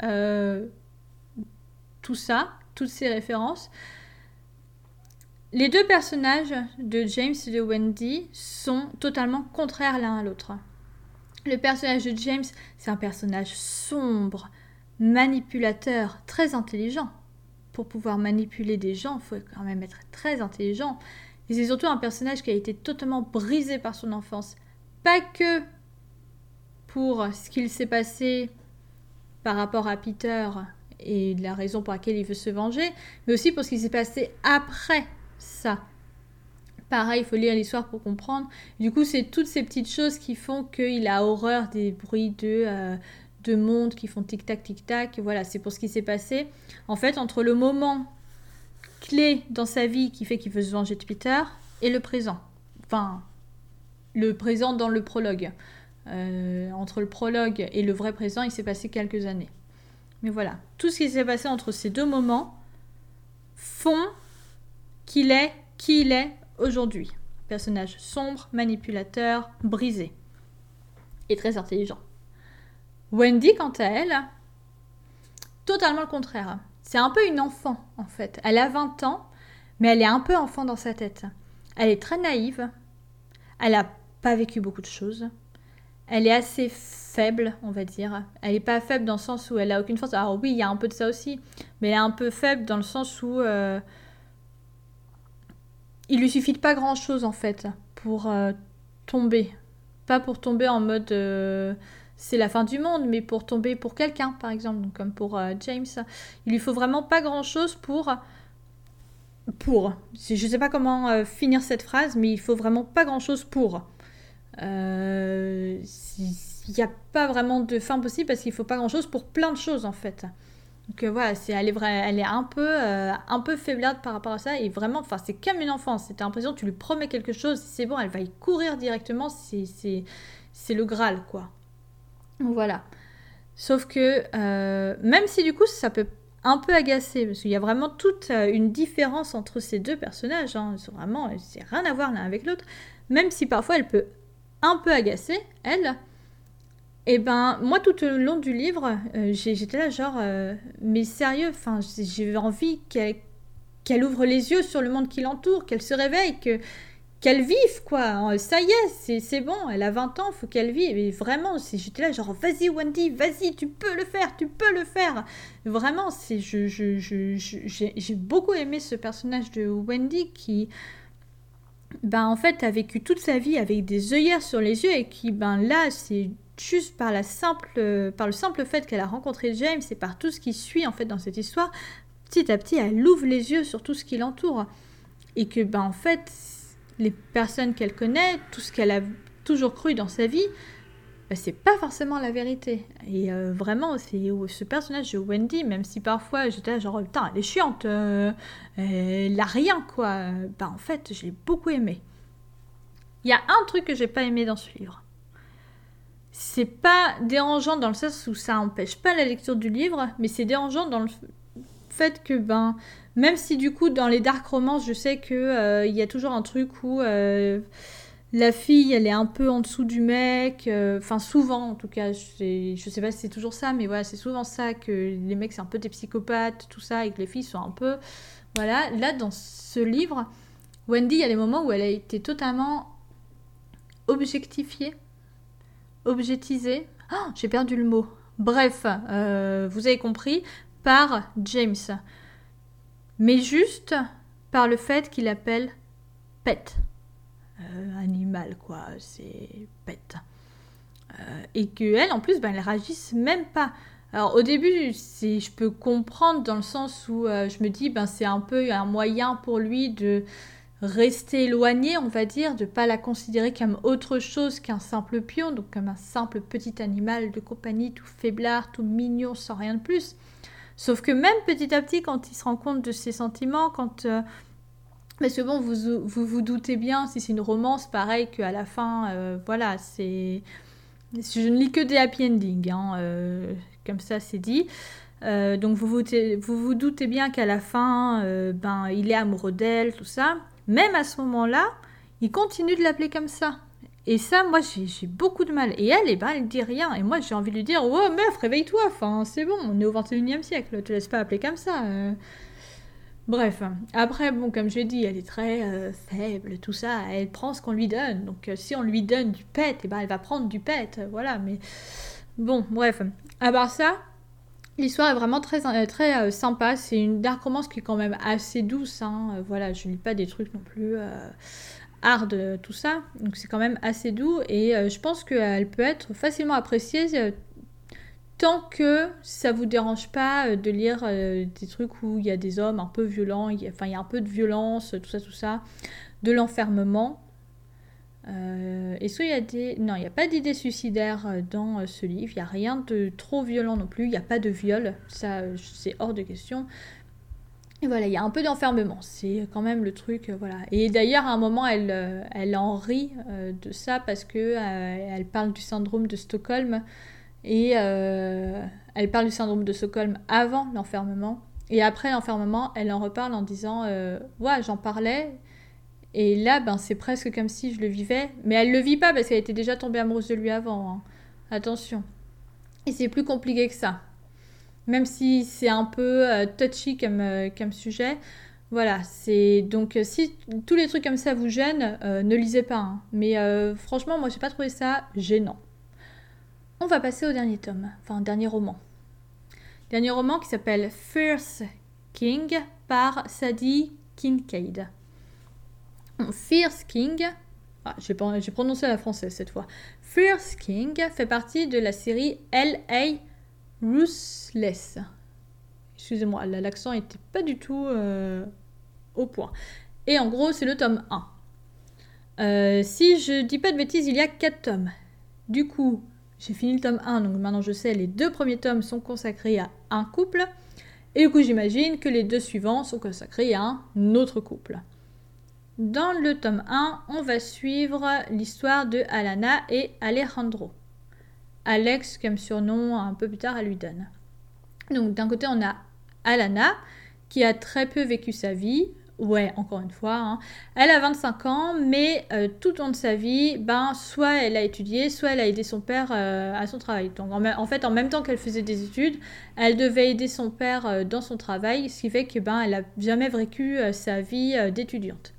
tout ça, toutes ces références. Les deux personnages de James et de Wendy sont totalement contraires l'un à l'autre. Le personnage de James, c'est un personnage sombre, manipulateur, très intelligent. Pour pouvoir manipuler des gens, il faut quand même être très intelligent. Et c'est surtout un personnage qui a été totalement brisé par son enfance. Pas que pour ce qu'il s'est passé par rapport à Peter et la raison pour laquelle il veut se venger, mais aussi pour ce qui s'est passé après ça. Pareil, il faut lire l'histoire pour comprendre. Du coup, c'est toutes ces petites choses qui font qu'il a horreur des bruits de montres qui font tic-tac, tic-tac. Voilà, c'est pour ce qui s'est passé. En fait, entre le moment clé dans sa vie qui fait qu'il veut se venger de Peter et le présent. Enfin, le présent dans le prologue. Entre le prologue et le vrai présent, il s'est passé quelques années. Mais voilà, tout ce qui s'est passé entre ces deux moments font qu'il est qui il est aujourd'hui. Personnage sombre, manipulateur, brisé. Et très intelligent. Wendy, quant à elle, totalement le contraire. C'est un peu une enfant, en fait. Elle a 20 ans, mais elle est un peu enfant dans sa tête. Elle est très naïve. Elle n'a pas vécu beaucoup de choses. Elle est assez faible, on va dire. Elle n'est pas faible dans le sens où elle n'a aucune force. Alors oui, il y a un peu de ça aussi. Mais elle est un peu faible dans le sens où il lui suffit de pas grand-chose, en fait, pour tomber. Pas pour tomber en mode c'est la fin du monde, mais pour tomber pour quelqu'un, par exemple. Donc, comme pour James. Il lui faut vraiment pas grand-chose pour... Je sais pas comment finir cette phrase, mais il faut vraiment pas grand-chose pour... Il n'y a pas vraiment de fin possible parce qu'il faut pas grand chose pour plein de choses en fait. Donc voilà, elle est un peu faiblarde par rapport à ça et vraiment, c'est comme une enfant. C'est l'impression que tu lui promets quelque chose, c'est bon, elle va y courir directement, c'est le Graal quoi. Donc voilà. Sauf que même si du coup ça peut un peu agacer parce qu'il y a vraiment toute une différence entre ces deux personnages, hein. C'est rien à voir l'un avec l'autre. Même si parfois elle peut un peu agacée, elle, et ben moi tout au long du livre, j'étais là genre, mais sérieux, j'ai envie qu'elle ouvre les yeux sur le monde qui l'entoure, qu'elle se réveille, qu'elle vive quoi, ça y est, c'est bon, elle a 20 ans, faut qu'elle vive, et vraiment, j'étais là genre, vas-y Wendy, vas-y, tu peux le faire, vraiment, j'ai beaucoup aimé ce personnage de Wendy qui... en fait, a vécu toute sa vie avec des œillères sur les yeux et qui, là, c'est juste par le simple fait qu'elle a rencontré James et par tout ce qui suit, en fait, dans cette histoire, petit à petit, elle ouvre les yeux sur tout ce qui l'entoure. Et que, en fait, les personnes qu'elle connaît, tout ce qu'elle a toujours cru dans sa vie, c'est pas forcément la vérité. Et vraiment, c'est ce personnage de Wendy, même si parfois j'étais là genre, putain, elle est chiante, elle a rien, quoi. En fait, je l'ai beaucoup aimé. Il y a un truc que j'ai pas aimé dans ce livre. C'est pas dérangeant dans le sens où ça empêche pas la lecture du livre, mais c'est dérangeant dans le fait que, même si du coup, dans les dark romances, je sais que il y a toujours un truc où... la fille, elle est un peu en dessous du mec, souvent en tout cas, je sais pas si c'est toujours ça, mais voilà, c'est souvent ça, que les mecs c'est un peu des psychopathes, tout ça, et que les filles sont un peu... Voilà, là dans ce livre, Wendy, il y a des moments où elle a été totalement objectifiée, objetisé, j'ai perdu le mot. Bref, vous avez compris, par James. Mais juste par le fait qu'il appelle pet. Animal, quoi, c'est pet. Et qu'elle, en plus, elle réagisse même pas. Alors au début, je peux comprendre dans le sens où je me dis, c'est un peu un moyen pour lui de rester éloigné, on va dire, de ne pas la considérer comme autre chose qu'un simple pion, donc comme un simple petit animal de compagnie, tout faiblard, tout mignon, sans rien de plus. Sauf que même petit à petit, quand il se rend compte de ses sentiments, quand... mais c'est bon, vous doutez bien, si c'est une romance, pareil qu'à la fin, voilà, c'est... Je ne lis que des happy endings, comme ça c'est dit. Donc vous vous doutez bien qu'à la fin, il est amoureux d'elle, tout ça. Même à ce moment-là, il continue de l'appeler comme ça. Et ça, moi, j'ai beaucoup de mal. Et elle, elle dit rien. Et moi, j'ai envie de lui dire, oh meuf, réveille-toi, enfin, c'est bon, on est au 21e siècle, te laisse pas appeler comme ça. Bref, après, bon, comme je l'ai dit, elle est très faible, tout ça, elle prend ce qu'on lui donne. Donc si on lui donne du pet, elle va prendre du pet, voilà. Mais bon, bref, à part ça, l'histoire est vraiment très sympa. C'est une dark romance qui est quand même assez douce. Voilà, je lis pas des trucs non plus hard, tout ça. Donc c'est quand même assez doux. Et je pense qu'elle peut être facilement appréciée tant que ça vous dérange pas de lire des trucs où il y a des hommes un peu violents. Il y a un peu de violence, tout ça. De l'enfermement. Est-ce qu'il y a des... Non, il n'y a pas d'idée suicidaire dans ce livre. Il n'y a rien de trop violent non plus. Il n'y a pas de viol. Ça, c'est hors de question. Et voilà, il y a un peu d'enfermement. C'est quand même le truc, voilà. Et d'ailleurs, à un moment, elle en rit de ça parce que elle parle du syndrome de Stockholm. Et elle parle du syndrome de Stockholm avant l'enfermement. Et après l'enfermement, elle en reparle en disant ouais, j'en parlais. Et là, c'est presque comme si je le vivais. Mais elle le vit pas parce qu'elle était déjà tombée amoureuse de lui avant. Attention. Et c'est plus compliqué que ça. Même si c'est un peu touchy comme sujet. Voilà, c'est... Donc si tous les trucs comme ça vous gênent, ne lisez pas. Mais franchement, moi, j'ai pas trouvé ça gênant. On va passer au dernier tome. Enfin, dernier roman. Dernier roman qui s'appelle Fierce King par Sadie Kincaid. Fierce King, j'ai prononcé à la française cette fois. Fierce King fait partie de la série L.A. Ruthless. Excusez-moi, l'accent n'était pas du tout au point. Et en gros, c'est le tome 1. Si je dis pas de bêtises, il y a 4 tomes. Du coup, j'ai fini le tome 1, donc maintenant je sais, les 2 premiers tomes sont consacrés à un couple. Et du coup, j'imagine que les 2 suivants sont consacrés à un autre couple. Dans le tome 1, on va suivre l'histoire de Alana et Alejandro. Alex, comme surnom, un peu plus tard, elle lui donne. Donc d'un côté, on a Alana, qui a très peu vécu sa vie. Ouais, encore une fois. Elle a 25 ans, mais tout au long de sa vie, soit elle a étudié, soit elle a aidé son père à son travail. Donc en fait, en même temps qu'elle faisait des études, elle devait aider son père dans son travail, ce qui fait que elle n'a jamais vécu sa vie d'étudiante.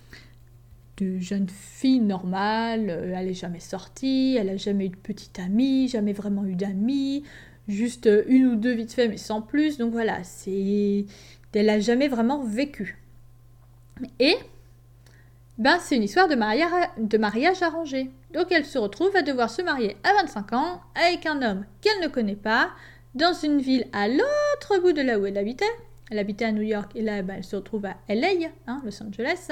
De jeune fille normale, elle n'est jamais sortie, elle n'a jamais eu de petite amie, jamais vraiment eu d'amis, juste une ou deux vite fait, mais sans plus. Donc voilà, elle n'a jamais vraiment vécu. Et c'est une histoire de mariage arrangé. Donc elle se retrouve à devoir se marier à 25 ans avec un homme qu'elle ne connaît pas, dans une ville à l'autre bout de là où elle habitait. Elle habitait à New York et là elle se retrouve à LA, Los Angeles.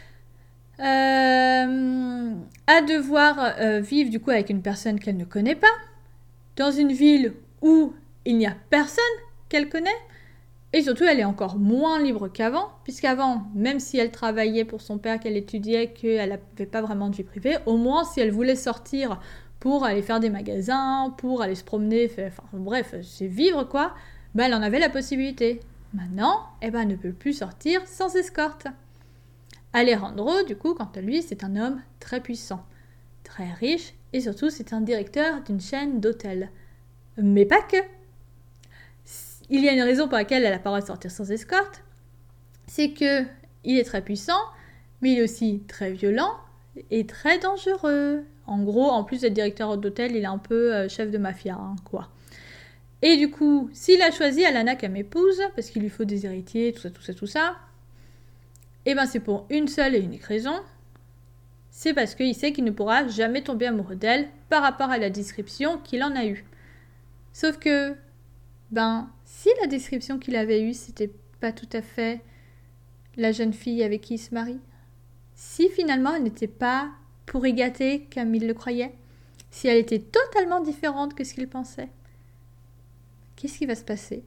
À devoir vivre du coup avec une personne qu'elle ne connaît pas, dans une ville où il n'y a personne qu'elle connaît, et surtout elle est encore moins libre qu'avant, puisqu'avant, même si elle travaillait pour son père, qu'elle étudiait, qu'elle n'avait pas vraiment de vie privée, au moins si elle voulait sortir pour aller faire des magasins, pour aller se promener, bref, c'est vivre quoi, elle en avait la possibilité. Maintenant, elle ne peut plus sortir sans escorte. Alejandro, du coup, quant à lui, c'est un homme très puissant, très riche, et surtout, c'est un directeur d'une chaîne d'hôtels. Mais pas que. Il y a une raison pour laquelle elle n'a pas le droit de sortir sans escorte, c'est que il est très puissant, mais il est aussi très violent, est très dangereux. En gros, en plus d'être directeur d'hôtel, il est un peu chef de mafia, hein, quoi. Et du coup, s'il a choisi Alana comme épouse, parce qu'il lui faut des héritiers, tout ça, et ben c'est pour une seule et unique raison. C'est parce qu'il sait qu'il ne pourra jamais tomber amoureux d'elle par rapport à la description qu'il en a eue. Sauf que, si la description qu'il avait eue, c'était pas tout à fait la jeune fille avec qui il se marie, si finalement elle n'était pas pourri gâtée comme il le croyait, si elle était totalement différente que ce qu'il pensait, qu'est-ce qui va se passer?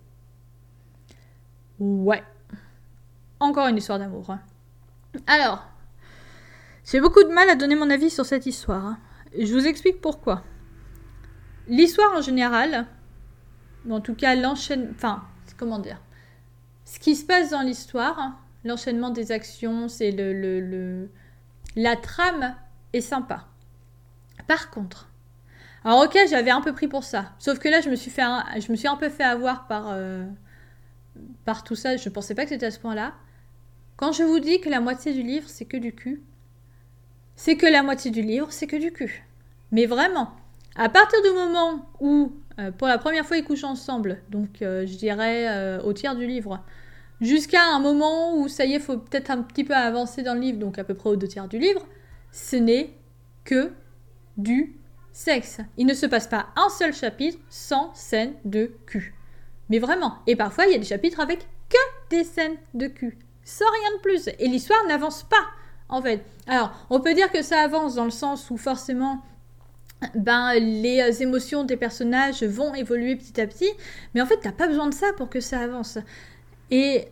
Ouais. Encore une histoire d'amour. Hein. Alors, j'ai beaucoup de mal à donner mon avis sur cette histoire. Hein. Je vous explique pourquoi. L'histoire en général, ou en tout cas comment dire, ce qui se passe dans l'histoire, hein, l'enchaînement des actions, c'est la trame est sympa. Par contre, alors ok, j'avais un peu pris pour ça, sauf que là je me suis un peu fait avoir par tout ça. Je pensais pas que c'était à ce point-là. Quand je vous dis que la moitié du livre c'est que du cul, c'est que la moitié du livre c'est que du cul. Mais vraiment, à partir du moment où pour la première fois ils couchent ensemble, donc je dirais au tiers du livre, jusqu'à un moment où ça y est, faut peut-être un petit peu avancer dans le livre, donc à peu près aux 2/3 du livre, ce n'est que du sexe. Il ne se passe pas un seul chapitre sans scène de cul. Mais vraiment. Et parfois, il y a des chapitres avec que des scènes de cul. Sans rien de plus. Et l'histoire n'avance pas, en fait. Alors, on peut dire que ça avance dans le sens où forcément, les émotions des personnages vont évoluer petit à petit. Mais en fait, t'as pas besoin de ça pour que ça avance. Et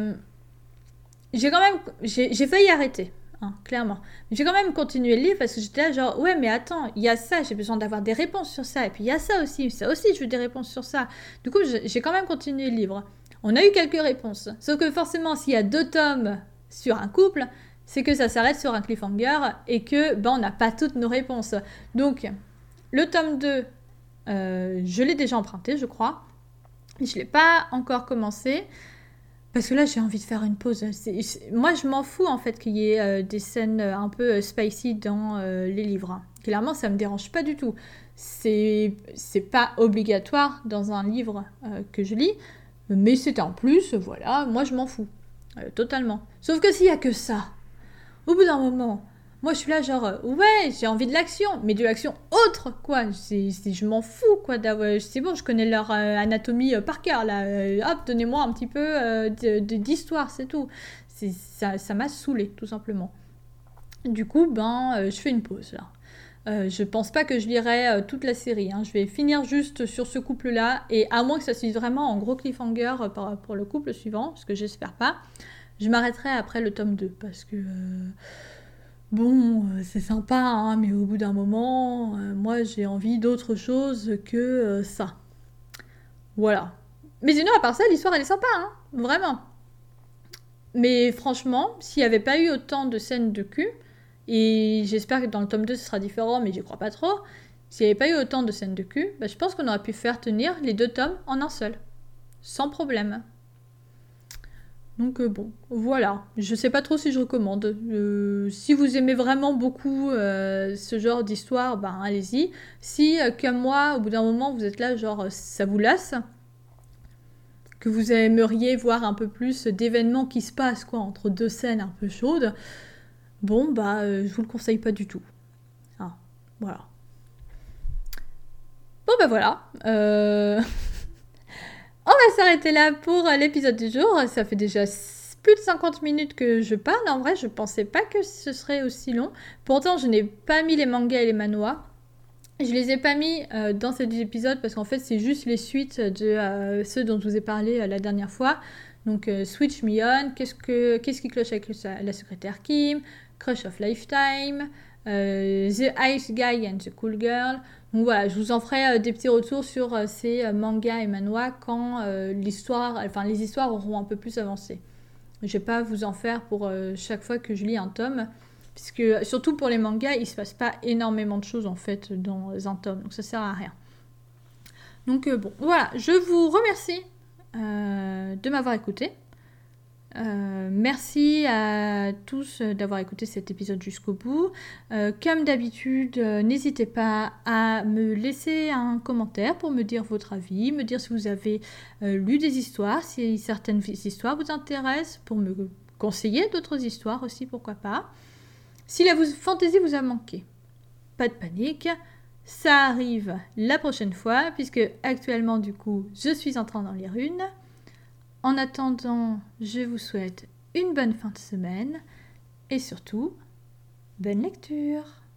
j'ai failli arrêter. Hein, clairement. Mais j'ai quand même continué le livre parce que j'étais là genre, ouais mais attends, il y a ça, j'ai besoin d'avoir des réponses sur ça, et puis il y a ça aussi je veux des réponses sur ça. Du coup, j'ai quand même continué le livre. On a eu quelques réponses. Sauf que forcément, s'il y a 2 tomes sur un couple, c'est que ça s'arrête sur un cliffhanger et que on n'a pas toutes nos réponses. Donc, le tome 2, je l'ai déjà emprunté, je crois. Je ne l'ai pas encore commencé. Parce que là, j'ai envie de faire une pause. Moi, je m'en fous, en fait, qu'il y ait des scènes un peu spicy dans les livres. Hein. Clairement, ça me dérange pas du tout. C'est pas obligatoire dans un livre que je lis, mais c'est un plus, voilà, moi, je m'en fous. Totalement. Sauf que s'il y a que ça, au bout d'un moment, moi, je suis là genre, ouais, j'ai envie de l'action, mais de l'action autre, quoi. Je m'en fous, quoi. C'est bon, je connais leur anatomie par cœur, là. Hop, donnez-moi un petit peu d'histoire, c'est tout. Ça m'a saoulée, tout simplement. Du coup, je fais une pause, là. Je pense pas que je lirai toute la série. Hein. Je vais finir juste sur ce couple-là, et à moins que ça suive vraiment en gros cliffhanger pour le couple suivant, parce que j'espère pas, je m'arrêterai après le tome 2, parce que... Bon, c'est sympa, hein, mais au bout d'un moment, moi j'ai envie d'autre chose que ça. Voilà. Mais sinon, à part ça, l'histoire elle est sympa, hein, vraiment. Mais franchement, s'il n'y avait pas eu autant de scènes de cul, et j'espère que dans le tome 2 ce sera différent, mais j'y crois pas trop, s'il n'y avait pas eu autant de scènes de cul, je pense qu'on aurait pu faire tenir les 2 tomes en un seul. Sans problème. Donc voilà. Je sais pas trop si je recommande. Si vous aimez vraiment beaucoup ce genre d'histoire, allez-y. Si, comme moi, au bout d'un moment, vous êtes là, genre, ça vous lasse, que vous aimeriez voir un peu plus d'événements qui se passent, quoi, entre 2 scènes un peu chaudes, je vous le conseille pas du tout. Ah, voilà. Bon, voilà. On va s'arrêter là pour l'épisode du jour. Ça fait déjà plus de 50 minutes que je parle. En vrai, je pensais pas que ce serait aussi long. Pourtant, je n'ai pas mis les mangas et les manhwas. Je les ai pas mis dans cet épisode parce qu'en fait, c'est juste les suites de ceux dont je vous ai parlé la dernière fois. Donc, Switch Me On, Qu'est-ce qui cloche avec la secrétaire Kim, Crush of Lifetime, The Ice Guy and the Cool Girl. Donc voilà, je vous en ferai des petits retours sur ces mangas et manhwas quand les histoires auront un peu plus avancé. Je vais pas vous en faire pour chaque fois que je lis un tome, puisque surtout pour les mangas, il se passe pas énormément de choses en fait dans un tome, donc ça sert à rien. Donc voilà, je vous remercie de m'avoir écouté. Merci à tous d'avoir écouté cet épisode jusqu'au bout. Comme d'habitude, n'hésitez pas à me laisser un commentaire pour me dire votre avis, me dire si vous avez lu des histoires, si certaines histoires vous intéressent, pour me conseiller d'autres histoires aussi, pourquoi pas. Si la fantaisie vous a manqué, pas de panique, ça arrive la prochaine fois, puisque actuellement, du coup, je suis en train d'en lire une. En attendant, je vous souhaite une bonne fin de semaine et surtout, bonne lecture!